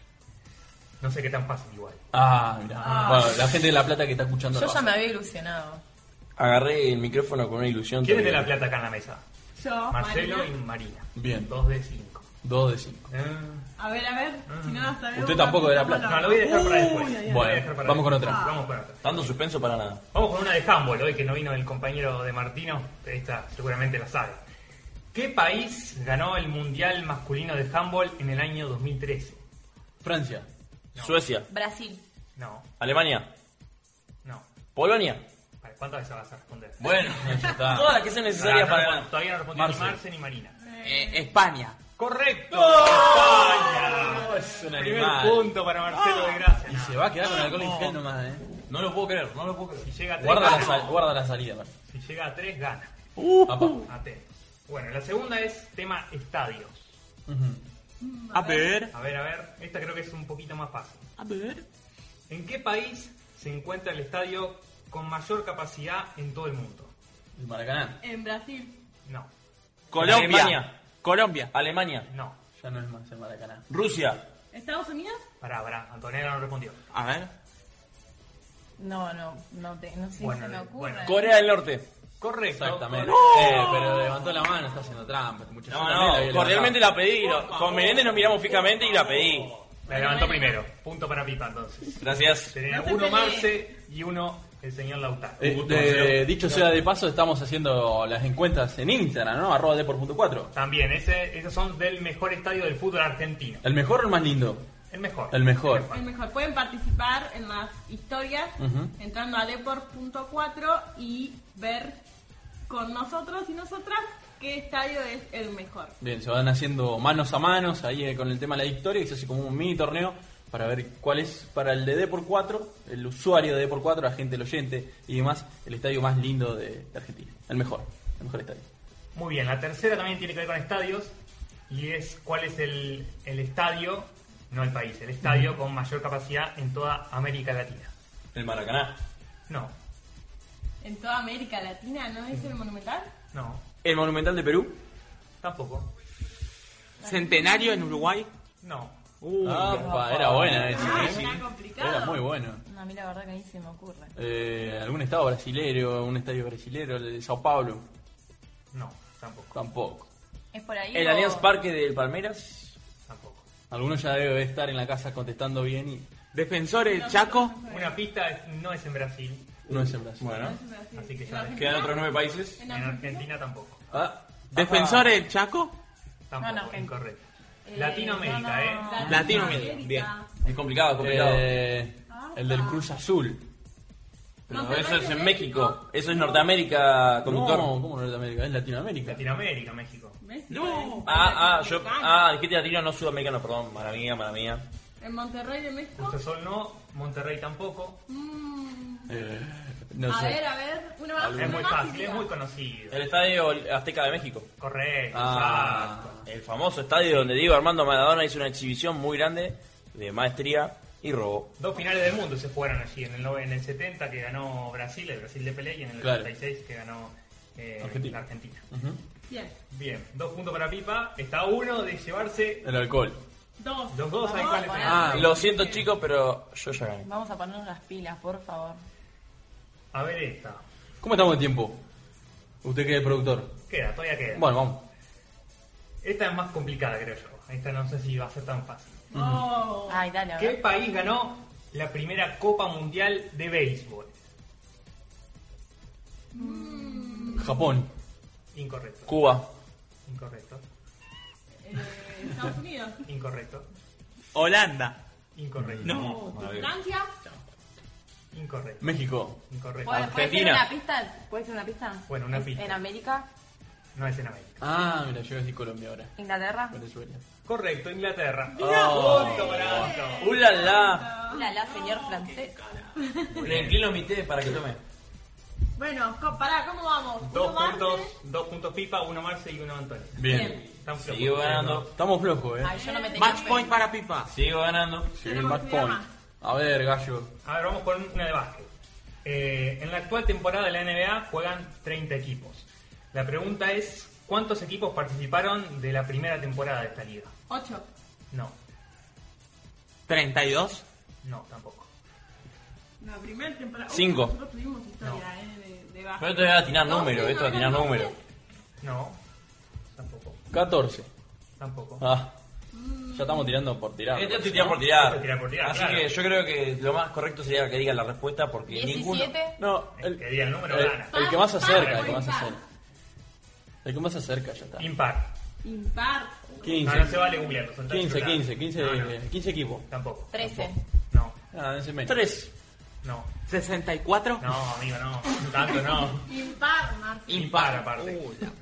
No sé qué tan fácil igual. Ah, mira. Bueno, la gente de La Plata que está escuchando. Yo lo ya hace. me había ilusionado. Agarré el micrófono con una ilusión. ¿Quién es de La terrible. Plata acá en la mesa? Yo, Marcelo Marina. y Marina. Bien. Dos de cinco. Dos de cinco. Eh, A ver, a ver, si no nos sabemos. Usted tampoco de La Plata. No, lo voy a dejar para después. Uy, ay, ay. Lo voy a Bueno, dejar para vamos con después. otra. Vamos con otra. Tanto suspenso para nada. Vamos con una de handball hoy que no vino el compañero de Martino, pero esta seguramente la sabe. ¿Qué país ganó el Mundial Masculino de Handball en el año dos mil trece? Francia. Suecia, Brasil. No, Alemania, no. Polonia. Vale, ¿cuántas veces vas a responder? Bueno, Ya está. todas las que sean necesarias Pará, no, para. no, todavía no respondió ni Marce. Marce ni Marina. Eh, España. ¡Correcto! ¡España! Es un Primer animal. punto para Marcelo de Gracia. Y se va a quedar con alcohol en gel nomás, eh. No lo puedo creer, no lo puedo creer. Si llega a tres, Guarda la, gana. sal- guarda la salida, man. Si llega a tres, gana. Papá. Atento. Bueno, la segunda es tema estadios. Ujú. A ver. A ver, a ver, esta creo que es un poquito más fácil. A ver. ¿En qué país se encuentra el estadio con mayor capacidad en todo el mundo? El Maracaná. En Brasil. No, Colombia. Alemania. Colombia. Alemania, no. Ya no es más el Maracaná. Rusia, ¿Estados Unidos? Pará, pará, Antonella no respondió. A ver. No, no, no, te, no sé Bueno, si se me ocurre. bueno. Corea del Norte. Correcto. Exactamente. correcto. Eh, pero levantó la mano, está haciendo trampa. Muchachos, No, también la había no, cordialmente levantado. la pedí. no, Con Menéndez nos miramos fijamente y la pedí. La levantó primero. Punto para Pipa entonces. Gracias. Tenía No se uno pelee. Marce y uno el señor Lautaro. Eh, de- dicho sea de paso, estamos haciendo las encuestas en Instagram, ¿no? Arroba deport punto cuatro. También, ese, esos son del mejor estadio del fútbol argentino. ¿El mejor o el más lindo? El mejor. El mejor. El mejor. Pueden participar en las historias Ujú. entrando a deport punto cuatro y ver con nosotros y nosotras qué estadio es el mejor. Bien, se van haciendo manos a manos ahí eh, con el tema de la victoria y se hace como un mini torneo para ver cuál es para el de deport cuatro, el usuario de deport cuatro, la gente, el oyente y demás, el estadio más lindo de, de Argentina. El mejor, el mejor estadio. Muy bien, la tercera también tiene que ver con estadios y es cuál es el, el estadio, no el país, el estadio con mayor capacidad en toda América Latina. El Maracaná. No, En toda América Latina, ¿no es el Monumental? no, El Monumental de Perú. tampoco, Centenario en Uruguay. no. Ah, pa, era buena esa, Ah, ¿eh? está complicado. Era muy bueno. No, a mí la verdad que ni se me ocurre. Eh, ¿Algún estado brasilero, un estadio brasilero, el de Sao Paulo? No, tampoco, Tampoco. ¿Es por ahí? El o- Allianz Parque del Palmeiras. tampoco. Alguno ya debe estar en la casa contestando bien y Defensores Chaco. Una pista es- no es en Brasil, no es en Brasil. Bueno, así que ya ves. quedan otros nueve países. En Argentina tampoco, Ah, Defensores Chaco. tampoco, No, no. incorrecto. Eh, Latinoamérica, no, no. ¿eh? Latinoamérica. Bien. Es complicado, es complicado. eh, el del Cruz Azul. Pero eso es en México. Eso es Norteamérica, conductor. No, ¿cómo Norteamérica? Es Latinoamérica. Latinoamérica, México. México. Ah, ah, yo. Ah, dijiste latino, no sudamericano, perdón. Mala mía, mala mía. En Monterrey de México. Usted Sol no, Monterrey tampoco. Mm, Eh, no a sé. ver, a ver. Una más. Es una muy más y fácil, es diga. muy conocido. El Estadio Azteca de México. Correcto, Ah. exacto. El famoso estadio donde Diego Armando Maradona hizo una exhibición muy grande de maestría y robo. Dos finales del mundo se jugaron allí, en el, nove- en el setenta que ganó Brasil, el Brasil de Pelé, y en el Claro. ochenta y seis que ganó eh, Argentina. la Argentina. Ujú. Bien. Bien, dos puntos para Pipa, está uno de llevarse El alcohol. Dos. los dos Vamos, alcoholes. bueno. Ah, Lo siento, chicos, pero yo ya gané. Vamos a ponernos las pilas, por favor. A ver esta. ¿Cómo estamos de tiempo? Usted que es el productor. Queda, todavía queda. Bueno, vamos. Esta es más complicada, creo yo. Esta no sé si va a ser tan fácil. Oh. Ay, dale, a ¿Qué ver. país ganó la primera Copa Mundial de Béisbol? Japón. Incorrecto. Cuba. Incorrecto. Eh, Estados Unidos. Incorrecto. Holanda. Incorrecto. No. Francia. Incorrecto. México. Incorrecto. ¿Puede, puede ser Argentina. una pista? ¿Puede ser una pista? Bueno, una ¿Es pista. ¿En América? No es en América. Ah, mira, yo voy a decir Colombia ahora. ¿Inglaterra? Venezuela. Correcto, Inglaterra. Oh. Punto para Anto. ¡Uh, la, la! Hola, la señor francés. Le inclino mi té para que tome. Bueno, co- pará, ¿cómo vamos? Dos Uno más, puntos, ¿eh? dos puntos Pipa, uno Marce y uno Antonio. Bien. Están flojos. Sigo ganando. Estamos flojos, eh. Ay, yo no me tengo Match point para Pipa. Sigo ganando. Sí, el Tenemos match que ir a point. más. A ver, gallo. A ver, vamos con una de básquet. Eh, en la actual temporada de la N B A juegan treinta equipos. La pregunta es, ¿cuántos equipos participaron de la primera temporada de esta liga? Ocho. No, treinta y dos. no, tampoco. La primera temporada. Cinco. Uh, nosotros tuvimos historia, eh, de, de baja. Pero esto es atinar número, esto es atinar número. No, tampoco, catorce. tampoco. Ah. Ya estamos tirando por tirar. Este estoy tirando por tirar. Esto es tirar por tirar, Así claro. que yo creo que lo más correcto sería que digan la respuesta porque ninguno. diecisiete. No, El el, que diga el número el- gana. el que más se acerca, el que Par, más se par. acerca. El que más se acerca, ya está. Impar. Impar. No, no se quince. vale googlearlo. soltá el quince, celular. quince, quince, No, no, quince equipos. tampoco. trece. No, Ah, ese menos. Tres. no, sesenta y cuatro. no, amigo, no. Tanto no. Impar, Marce. Impar aparte.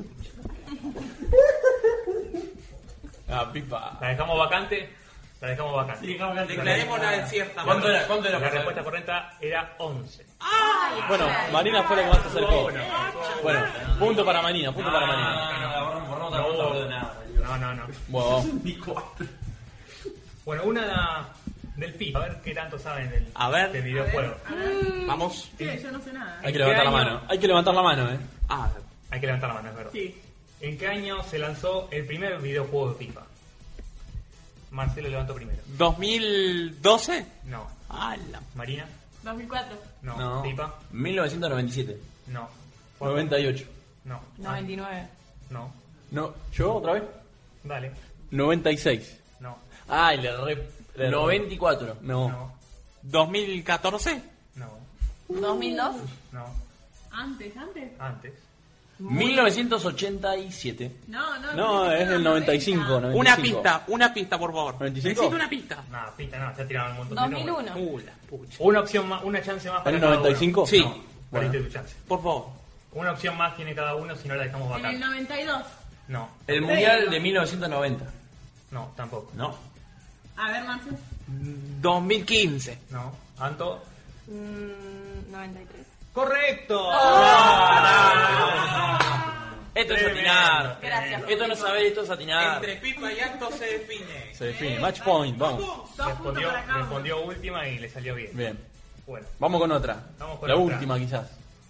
Ah, pipa. La dejamos vacante. La dejamos vacante. Declarémosla desierta. ¿Cuánto era? ¿Cuánto era? La por saber? respuesta correcta era once. Bueno, Marina fue la que más se acercó. Bueno, punto para Marina, punto para Marina. No, no, no, borramos, borramos otra pregunta, boludo, nada. No, no, no. Bueno, vamos. Bueno, una del FIFA. A ver qué tanto saben del, A ver. del videojuego. Vamos. Sí, yo no sé nada. Hay que ¿En levantar qué la año? mano. Hay que levantar la mano, eh. Ah, Hay que levantar la mano, es verdad. Sí. ¿En qué año se lanzó el primer videojuego de FIFA? Marcelo levantó primero. dos mil doce. No. ¡Hala! Marina. dos mil cuatro. No. No. FIFA. mil novecientos noventa y siete. No. noventa y ocho. No. noventa y nueve. No. No, ¿yo otra vez? Dale. noventa y seis. No. Ay, le re... le- noventa y cuatro. No. No. dos mil catorce. No. dos mil dos. No. Antes, antes. Antes. mil novecientos ochenta y siete. No, no. No, no, es del noventa y cinco. noventa y Una cinco. pista, una pista, por favor. ¿noventa y cinco? Necesito una pista. Nada, pista, no. Ya tiraron un montón dos de mil números. uno. Uh, la pucha. Una opción más, una chance más para ¿En el cada noventa y uno. cinco? Sí. No, Bueno. perdiste tu chance. Por favor. Una opción más tiene cada uno, si no la dejamos En el vacante. noventa y dos. No. El mundial de mil novecientos noventa. No, tampoco. No. A ver, Marce. dos mil quince. No. Anto. Mm, noventa y tres. ¡Correcto! Esto es Tremendo. atinar. Gracias. Esto no es saber, esto es atinar. Entre Pipa y Acto se define. Se define. Match point, vamos. Dos puntos Respondió, para cada uno. respondió última y le salió bien. Bien. Bueno. Vamos con otra. Vamos con la otra. última quizás.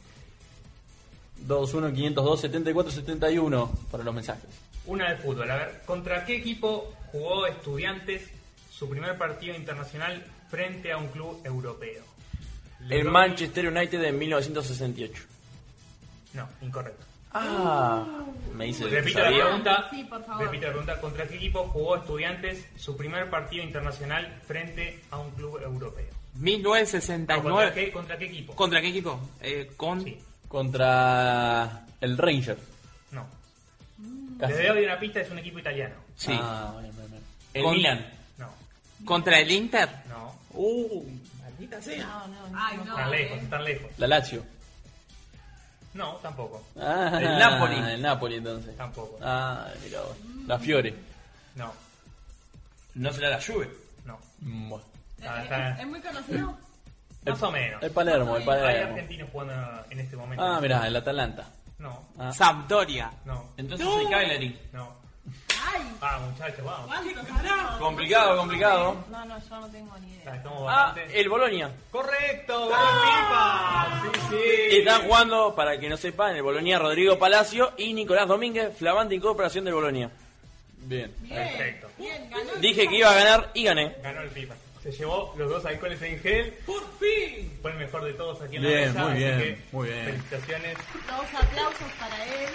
dos uno quinientos dos setenta y cuatro setenta y uno para los mensajes. Una de fútbol. A ver, ¿contra qué equipo jugó Estudiantes su primer partido internacional frente a un club europeo? El Lebron- Manchester United de mil novecientos sesenta y ocho. No, incorrecto. Ah, me dice que Repito la sabía. pregunta. Sí, por favor. Repito la pregunta. ¿Contra qué equipo jugó Estudiantes su primer partido internacional frente a un club europeo? mil novecientos sesenta y No, ¿contra, nueve. qué, ¿Contra qué equipo? ¿Contra qué equipo? Eh, con... Sí. Contra el Ranger. No. Casi. Les doy una pista, es un equipo italiano. Sí. Ah, bien, bien, bien. El Con- Milan. No. ¿Contra el Inter? No. Uh, maldita sea. No, no, no. Ay, no. Están eh. lejos, están lejos. La Lazio. No, tampoco. Ah, El Napoli. El Napoli entonces. Tampoco. Ah, mira vos. La Fiore. No. No será la Juve. No. Mm, bueno. Está- ¿Es, está- es- es muy conocido? Más o menos. El Palermo, el Hay Palermo. argentinos jugando en este momento. Ah, mirá, el Atalanta. No, Ah. Sampdoria. no, Entonces soy Cagliari. no. ¡Ay! Ah, muchachos, vamos. ¿Cuántos carajo? Complicado, complicado. No, no, yo no tengo ni idea. La dejamos Ah, bastante. el Bolonia. ¡Correcto! ¡Gol Pipa! Sí, sí. Están jugando, para que no sepan, el Bolonia Rodrigo Palacio y Nicolás Domínguez, flamante incorporación del Bolonia. Bien. Bien, Perfecto. bien, ganó. Dije que iba a ganar y gané. Ganó el Pipa. se llevó los dos alcoholes en gel. ¡Por fin! Fue el mejor de todos aquí en Bien, la mesa. muy así bien, que muy bien. Felicitaciones. Dos aplausos para él.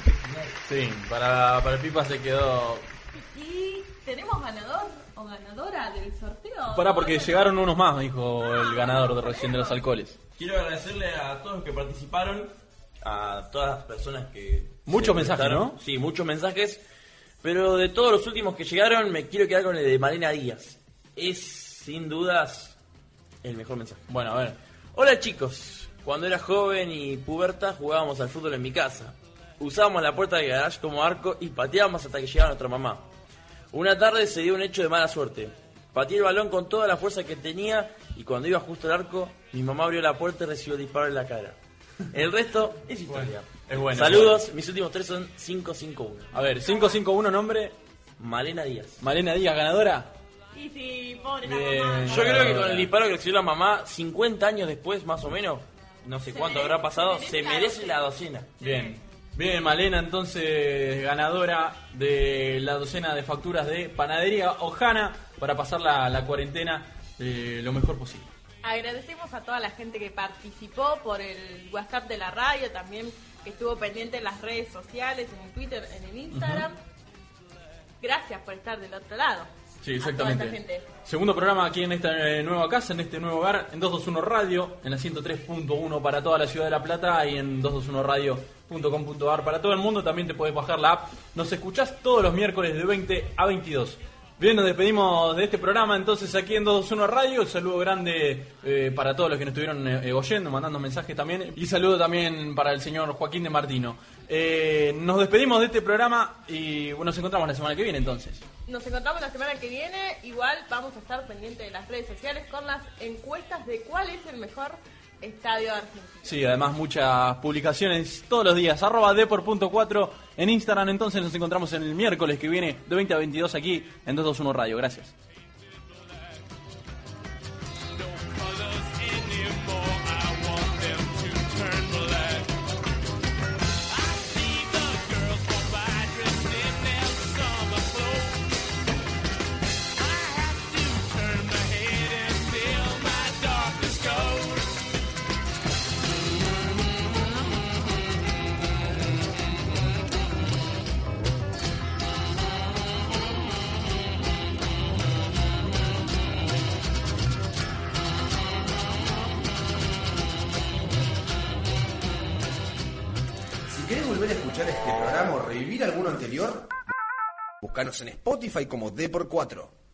Sí, para, para el Pipa se quedó... Y tenemos ganador o ganadora del sorteo. Pará, porque Bueno, llegaron unos más, dijo el ganador de recién de los alcoholes. Quiero agradecerle a todos los que participaron, a todas las personas que... Muchos se mensajes, prestaron. ¿no? Sí, muchos mensajes. Pero de todos los últimos que llegaron, me quiero quedar con el de Malena Díaz. Es, sin dudas, el mejor mensaje. Bueno, a ver. Hola chicos, cuando era joven y puberta jugábamos al fútbol en mi casa. Usábamos la puerta del garage como arco y pateábamos hasta que llegaba nuestra mamá. Una tarde se dio un hecho de mala suerte. Pateé el balón con toda la fuerza que tenía y cuando iba justo al arco, mi mamá abrió la puerta y recibió el disparo en la cara. El resto es historia. Es bueno. Saludos, es bueno. mis últimos tres son cinco cinco uno. A ver, cinco cinco uno nombre, Malena Díaz. Malena Díaz, ganadora. Y si, pobre la Bien. mamá. Yo creo que con el disparo que recibió la mamá, cincuenta años después, más o menos, no sé Se cuánto merece- habrá pasado, se se merece merece la la docena. Bien. Bien, Malena, entonces ganadora de la docena de facturas de Panadería Ojana para pasar la, la cuarentena eh, lo mejor posible. Agradecemos a toda la gente que participó por el WhatsApp de la radio, también que estuvo pendiente en las redes sociales, en el Twitter, en el Instagram. Gracias por estar del otro lado. Sí, A toda exactamente. esta gente. Segundo programa aquí en esta eh, nueva casa, en este nuevo hogar, en doscientos veintiuno Radio, en la ciento tres punto uno para toda la ciudad de La Plata y en doscientos veintiuno radio punto com punto a r para todo el mundo. También te podés bajar la app. Nos escuchás todos los miércoles de veinte a veintidós. Bien, nos despedimos de este programa entonces aquí en doscientos veintiuno Radio. Un saludo grande eh, para todos los que nos estuvieron eh, oyendo, mandando mensajes también. Y saludo también para el señor Joaquín de Martino. Eh, nos despedimos de este programa y bueno, nos encontramos la semana que viene entonces. Nos encontramos la semana que viene. Igual vamos a estar pendientes de las redes sociales con las encuestas de cuál es el mejor estadio de Argentina. Sí, además muchas publicaciones todos los días. Arroba Depor punto cuatro en Instagram. Entonces nos encontramos el miércoles que viene de veinte a veintidós aquí en doscientos veintiuno Radio. Gracias. Si querés volver a escuchar este programa o revivir alguno anterior, búscanos en Spotify como D por cuatro.